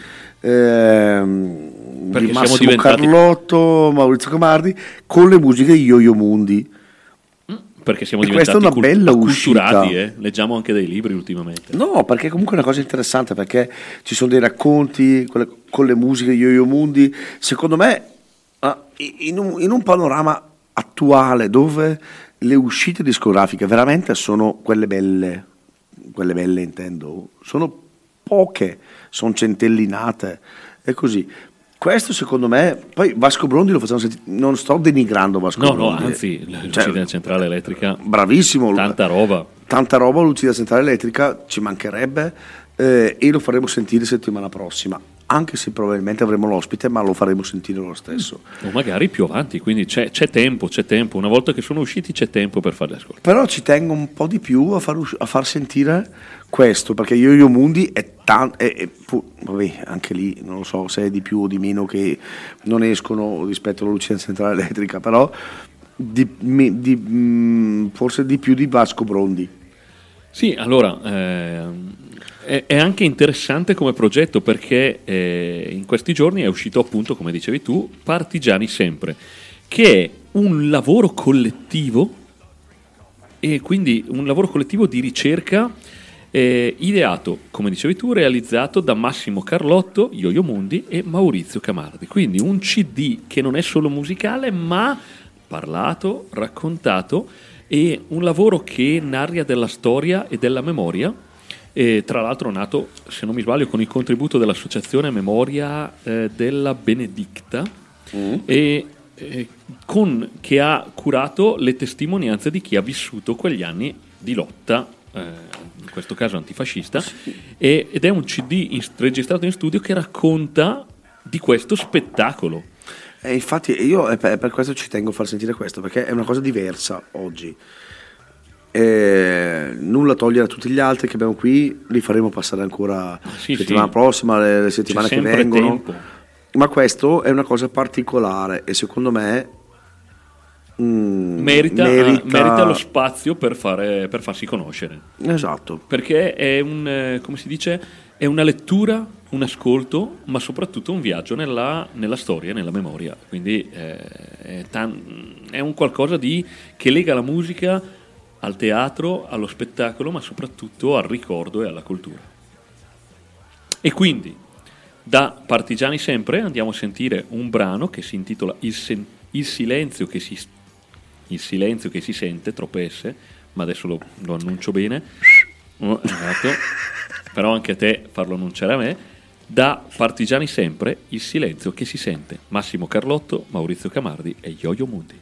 ehm, Perché di siamo Massimo diventati- Carlotto, Maurizio Camardi, con le musiche di Yo-Yo Mundi. Perché siamo E questa diventati è una bella acculturati, uscita. eh? Leggiamo anche dei libri ultimamente. No, perché comunque è una cosa interessante, perché ci sono dei racconti con le, con le musiche di Yo-Yo Mundi, secondo me ah, in un, in un panorama attuale dove le uscite discografiche veramente sono quelle belle, quelle belle intendo, sono poche, sono centellinate e così. Questo secondo me, poi Vasco Brondi lo facciamo sentire, non sto denigrando Vasco No, no, Brondi. anzi, l'uscita Cioè, della centrale elettrica, bravissimo, tanta roba. tanta roba, l'uscita centrale elettrica ci mancherebbe, eh, e lo faremo sentire settimana prossima, anche se probabilmente avremo l'ospite, ma lo faremo sentire lo stesso. O magari più avanti, quindi c'è, c'è tempo, c'è tempo. Una volta che sono usciti c'è tempo per farli ascoltare. Però ci tengo un po' di più a far, us- a far sentire questo, perché Yo-Yo Mundi è tanto, vabbè, anche lì non lo so se è di più o di meno che non escono rispetto all'uscita centrale elettrica, però di, mi- di, mm, forse di più di Vasco Brondi. Sì, allora, ehm, è, è anche interessante come progetto perché eh, in questi giorni è uscito appunto, come dicevi tu, Partigiani Sempre, che è un lavoro collettivo e quindi un lavoro collettivo di ricerca eh, ideato, come dicevi tu, realizzato da Massimo Carlotto, Yo-Yo Mundi e Maurizio Camardi. Quindi un C D che non è solo musicale ma parlato, raccontato, e un lavoro che narra della storia e della memoria, e tra l'altro nato, se non mi sbaglio, con il contributo dell'associazione Memoria eh, della Benedicta, Mm. e eh, con, che ha curato le testimonianze di chi ha vissuto quegli anni di lotta, eh, in questo caso antifascista, e, ed è un C D in- registrato in studio che racconta di questo spettacolo. E infatti io è per, è per questo ci tengo a far sentire questo, perché è una cosa diversa oggi. Eh, nulla togliere a tutti gli altri che abbiamo qui, li faremo passare ancora sì, settimana sì. prossima, le, le settimane C'è che sempre vengono. tempo. Ma questo è una cosa particolare e secondo me mm, merita, merita... merita lo spazio per, fare, per farsi conoscere. Esatto. Perché è un, eh, come si dice, è una lettura, un ascolto, ma soprattutto un viaggio nella, nella storia, nella memoria. Quindi eh, è, tan- è un qualcosa di, che lega la musica al teatro, allo spettacolo, ma soprattutto al ricordo e alla cultura. E quindi, da Partigiani sempre, andiamo a sentire un brano che si intitola Il, sen- il silenzio che si il silenzio che si sente, troppe S, ma adesso lo, lo annuncio bene. Oh, esatto. Però anche a te farlo annunciare a me. Da Partigiani sempre, Il silenzio che si sente. Massimo Carlotto, Maurizio Camardi e Yo-Yo Mundi.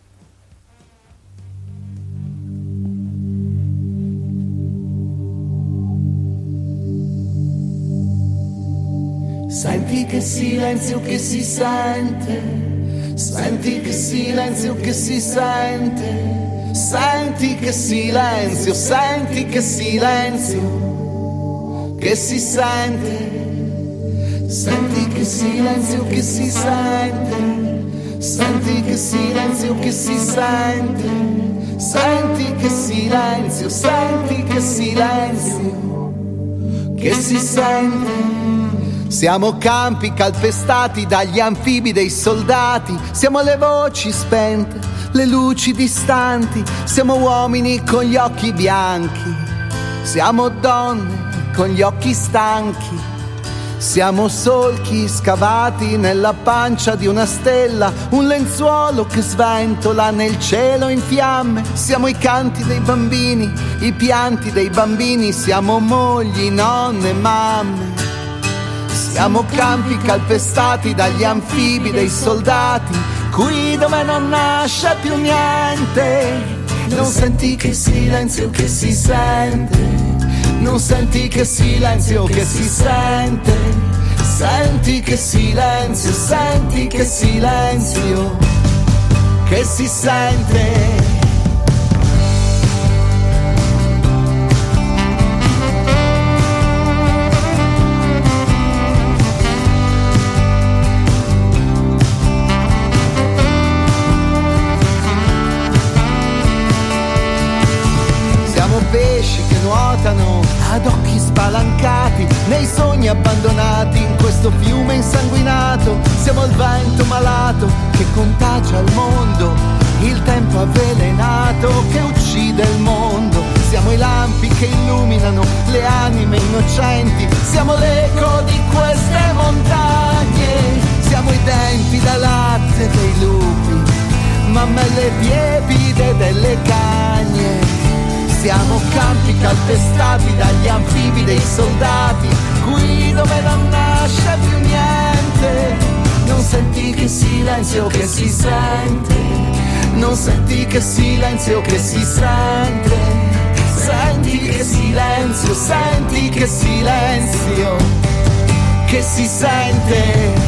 Senti che silenzio che si sente, senti che silenzio che si sente, senti che silenzio, senti che silenzio che si sente, senti che silenzio che si sente, senti che silenzio che si sente, senti che silenzio, senti che silenzio che si sente. Siamo campi calpestati dagli anfibi dei soldati, siamo le voci spente, le luci distanti, siamo uomini con gli occhi bianchi, siamo donne con gli occhi stanchi, siamo solchi scavati nella pancia di una stella, un lenzuolo che sventola nel cielo in fiamme, siamo i canti dei bambini, i pianti dei bambini, siamo mogli, nonne, mamme. Siamo campi calpestati dagli anfibi dei soldati, qui dove non nasce più niente. Non senti che silenzio che si sente, non senti che silenzio che si sente, senti che silenzio, senti che silenzio che si sente. Pesci che nuotano ad occhi spalancati nei sogni abbandonati in questo fiume insanguinato. Siamo il vento malato che contagia il mondo, il tempo avvelenato che uccide il mondo. Siamo i lampi che illuminano le anime innocenti, siamo l'eco di queste montagne, siamo i denti da latte dei lupi, mammelle tiepide delle cagne. Siamo campi calpestati dagli anfibi dei soldati, qui dove non nasce più niente. Non senti che silenzio che si sente, non senti che silenzio che si sente, senti che silenzio, senti che silenzio che si sente.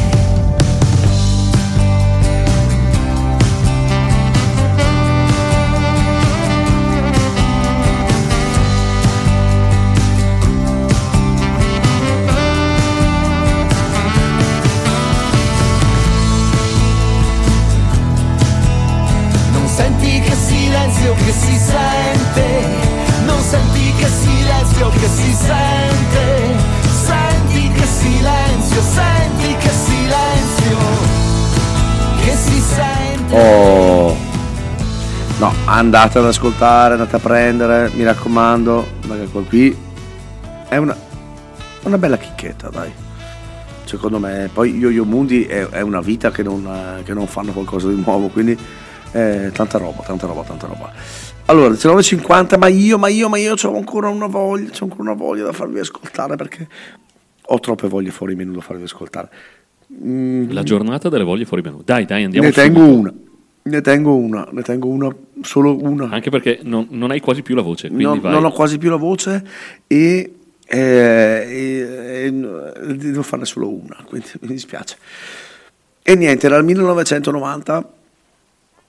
Che si sente, non senti che silenzio che si sente, senti che silenzio, senti che silenzio che si sente. Oh, no, andate ad ascoltare, andate a prendere, mi raccomando, perché quel qui è una, una bella chicchetta, dai. Secondo me, poi Yo-Yo Mundi è, è una vita che non, che non fanno qualcosa di nuovo, quindi eh, tanta roba, tanta roba, tanta roba. Allora, diciannove e cinquanta, ma io, ma io, ma io c'ho ancora una voglia, c'ho ancora una voglia da farvi ascoltare perché ho troppe voglie fuori menù da farvi ascoltare. Mm. La giornata delle voglie fuori menù. Dai, dai, andiamo. Ne tengo subito. una, ne tengo una, ne tengo una, solo una. Anche perché non, non hai quasi più la voce, quindi no, vai. Non ho quasi più la voce e, e, e, e devo farne solo una, quindi mi dispiace. E niente, era il millenovecentonovanta.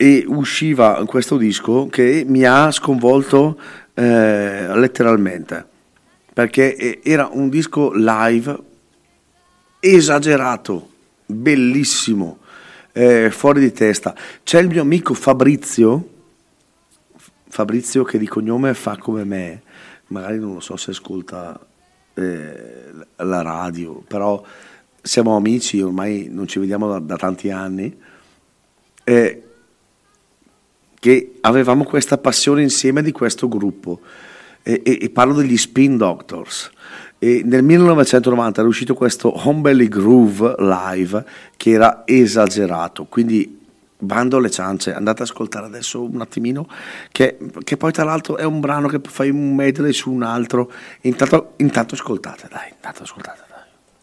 e usciva questo disco che mi ha sconvolto eh, letteralmente, perché era un disco live esagerato, bellissimo, eh, fuori di testa. C'è il mio amico Fabrizio Fabrizio che di cognome fa come me, magari non lo so se ascolta eh, la radio, però siamo amici, ormai non ci vediamo da, da tanti anni, eh, che avevamo questa passione insieme di questo gruppo, e, e, e parlo degli Spin Doctors. E nel millenovecentonovanta era uscito questo Home Belly Groove live che era esagerato, quindi bando alle ciance, andate ad ascoltare adesso un attimino, che, che poi tra l'altro è un brano che fai un medley su un altro. Intanto, intanto ascoltate, dai, intanto ascoltate, dai.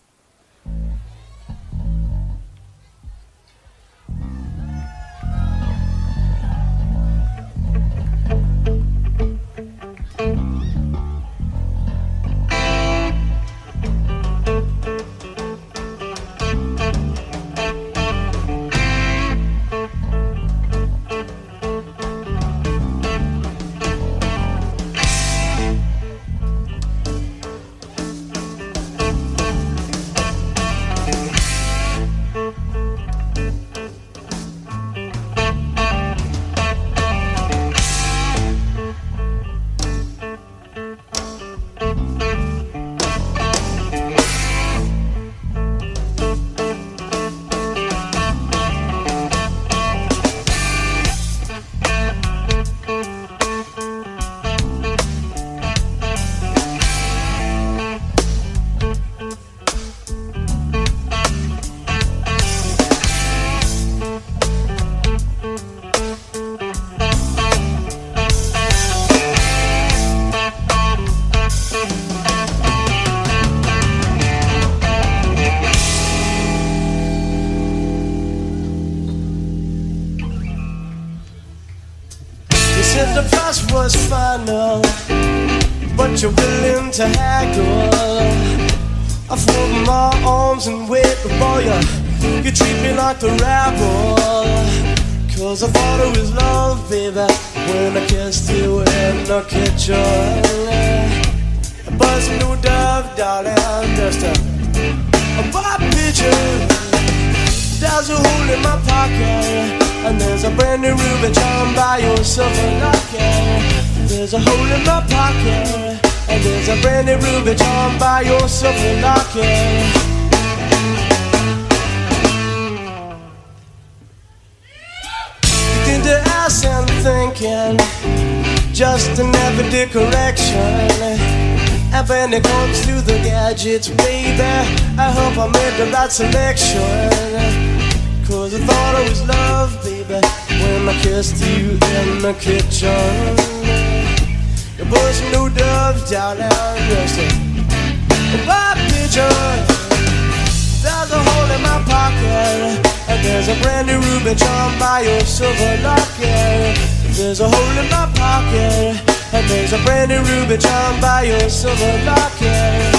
Was final, but you're willing to haggle. I fold my arms and wait for you. You treat me like the rabble. Cause I thought it was love, baby, when I kissed you in the kitchen. A buzzing new dove, darling, just a, a pop pigeon. There's a hole in my pocket, and there's a brand new ruby charm by your silver locket. There's a hole in my pocket, and there's a brand new ruby charm by your silver locket. Looking to ass and thinking, just an everyday correction. And when it comes to the gadgets, baby, I hope I made the right selection. Cause I thought it was love, baby, when I kissed you in the kitchen. You put some new doves down there, just a, a white pigeon. There's a hole in my pocket, and there's a brand new ruby charm by your silver locket. There's a hole in my pocket, and there's a brand new ruby charm by your silver locket.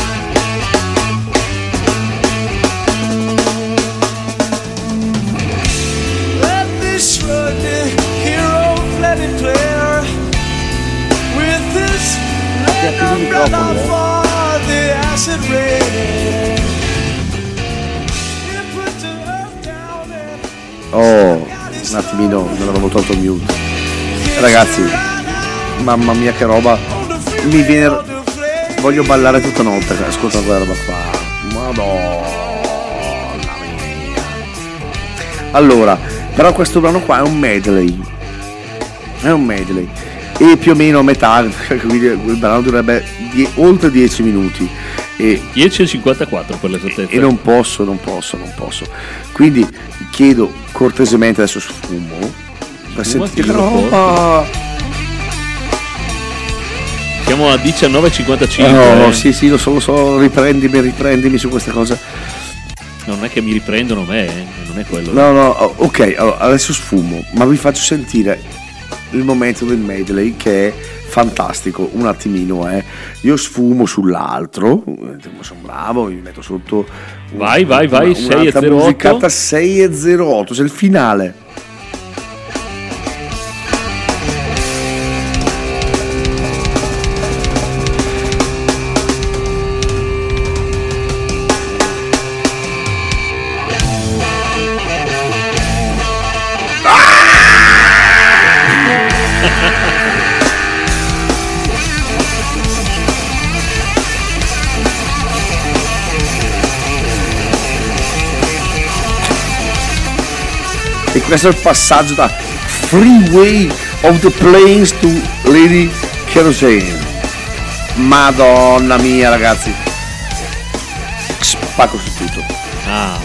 Let me shrug the hero planet clear with this red umbrella for the acid rain. Oh, un attimino, non avevo tolto il mute. Ragazzi, mamma mia che roba, mi viene, voglio ballare tutta notte, ascolta quella roba qua, madonna mia. Allora, però questo brano qua è un medley, è un medley, e più o meno a metà, quindi il brano durerebbe die, oltre dieci minuti. E dieci e cinquantaquattro per l'esattezza. E non posso, non posso, non posso. Quindi chiedo cortesemente, adesso sfumo, per sentire che roba. Siamo a diciannove e cinquantacinque. No, no, eh. sì, sì, lo so, lo so, riprendimi, riprendimi su queste cose. Non è che mi riprendono me, eh. Non è quello. No, no, ok, allora, adesso sfumo, ma vi faccio sentire il momento del medley che è fantastico, un attimino, eh. Io sfumo sull'altro, sono bravo, mi metto sotto. Vai, vai, vai, sei e zero otto. Musicata sei e zero otto, c'è il finale. questo è il passaggio da Freeway of the Plains to Lady Kerosene. Madonna mia, ragazzi, spacco su tutto. Ah.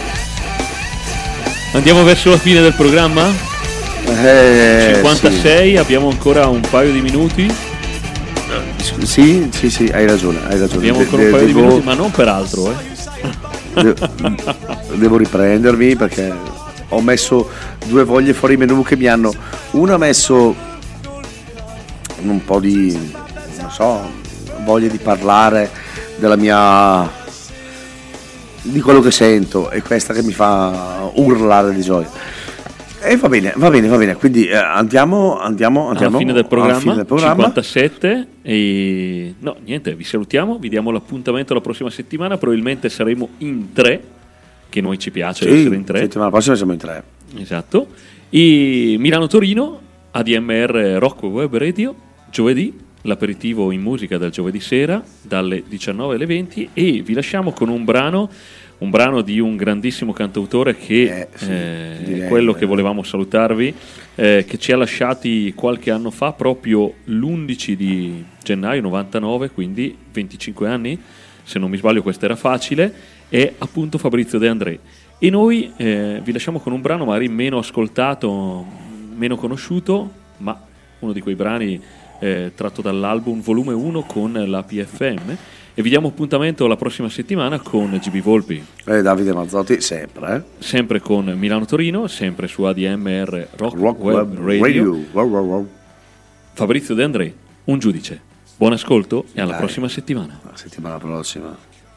Andiamo verso la fine del programma? Eh, cinquantasei, sì. Abbiamo ancora un paio di minuti. Sì, sì, sì, hai ragione, hai ragione. Abbiamo ancora un paio di minuti, ma non per altro, eh. Devo, devo riprendermi perché ho messo due voglie fuori menù che mi hanno. Uno ha messo un po' di, non so, voglia di parlare della mia, di quello che sento, e questa che mi fa urlare di gioia. E va bene, va bene, va bene. Quindi eh, andiamo, andiamo, andiamo alla fine del programma, fine del programma. cinquantasette. E no, niente, vi salutiamo, vi diamo l'appuntamento la prossima settimana. Probabilmente saremo in tre, che noi ci piace sì, essere in tre. La settimana prossima siamo in tre. Esatto. E Milano-Torino, A D M R Rock Web Radio, giovedì, l'aperitivo in musica del giovedì sera dalle diciannove alle venti, e vi lasciamo con un brano un brano di un grandissimo cantautore che eh, sì, eh, è quello che volevamo salutarvi, eh, che ci ha lasciati qualche anno fa, proprio l'undici di gennaio novantanove, quindi venticinque anni, se non mi sbaglio questo era facile, è appunto Fabrizio De André. E noi eh, vi lasciamo con un brano magari meno ascoltato, meno conosciuto, ma uno di quei brani eh, tratto dall'album volume uno con la P F M. E vi diamo appuntamento la prossima settimana con G B Volpi e Davide Mazzotti, sempre eh? sempre con Milano-Torino, sempre su A D M R Rock, Rock Web, Web Radio, Radio. Wow, wow, wow. Fabrizio De André, un giudice. Buon ascolto e alla Dai. prossima settimana. La settimana prossima.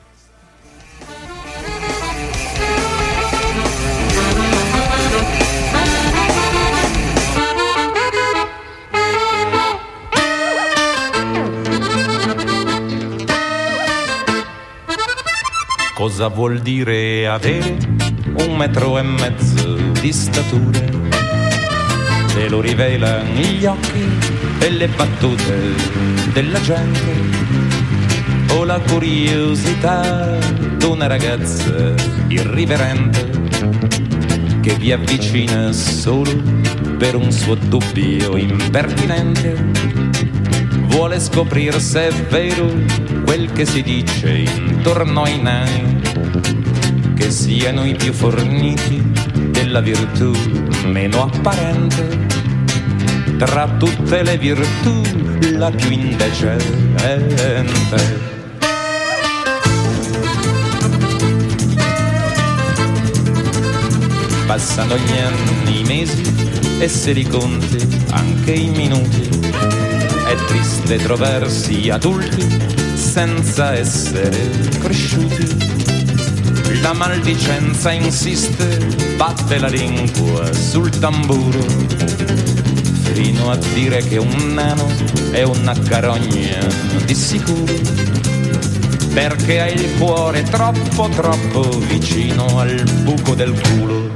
Cosa vuol dire avere un metro e mezzo di statura? Te lo rivelano gli occhi e le battute della gente, o la curiosità d'una ragazza irriverente che vi avvicina solo per un suo dubbio impertinente. Vuole scoprire se è vero quel che si dice intorno ai nani, che siano i più forniti della virtù meno apparente. Tra tutte le virtù la più indecente. Passano gli anni, i mesi e se li conti anche i minuti. È triste trovarsi adulti senza essere cresciuti. La maldicenza insiste, batte la lingua sul tamburo, fino a dire che un nano è una carogna di sicuro, perché ha il cuore troppo troppo vicino al buco del culo.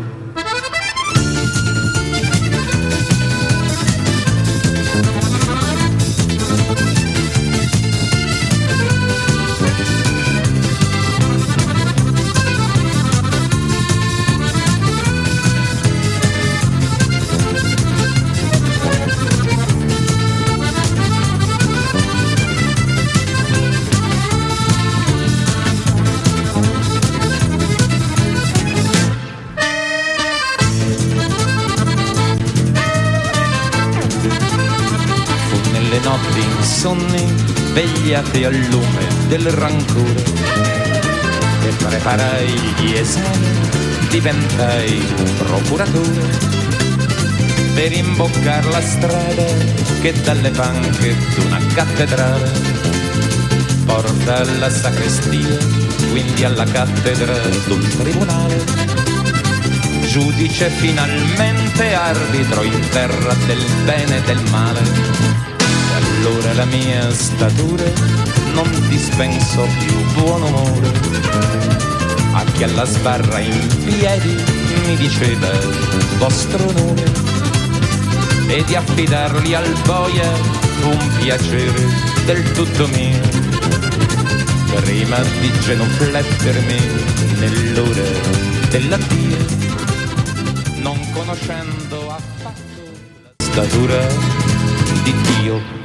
Sonni vegliate al lume del rancore, e preparai gli esami, diventai procuratore, per imboccar la strada che dalle panche d'una cattedrale porta alla sacrestia, quindi alla cattedra d'un tribunale. Giudice finalmente arbitro in terra del bene e del male. Allora la mia statura non dispenso più buon umore a chi alla sbarra in piedi mi diceva vostro nome, e di affidargli al boia un piacere del tutto mio, prima di genuflettermi nell'ora dell'addio. Non conosco riconoscendo affatto la statura di Dio.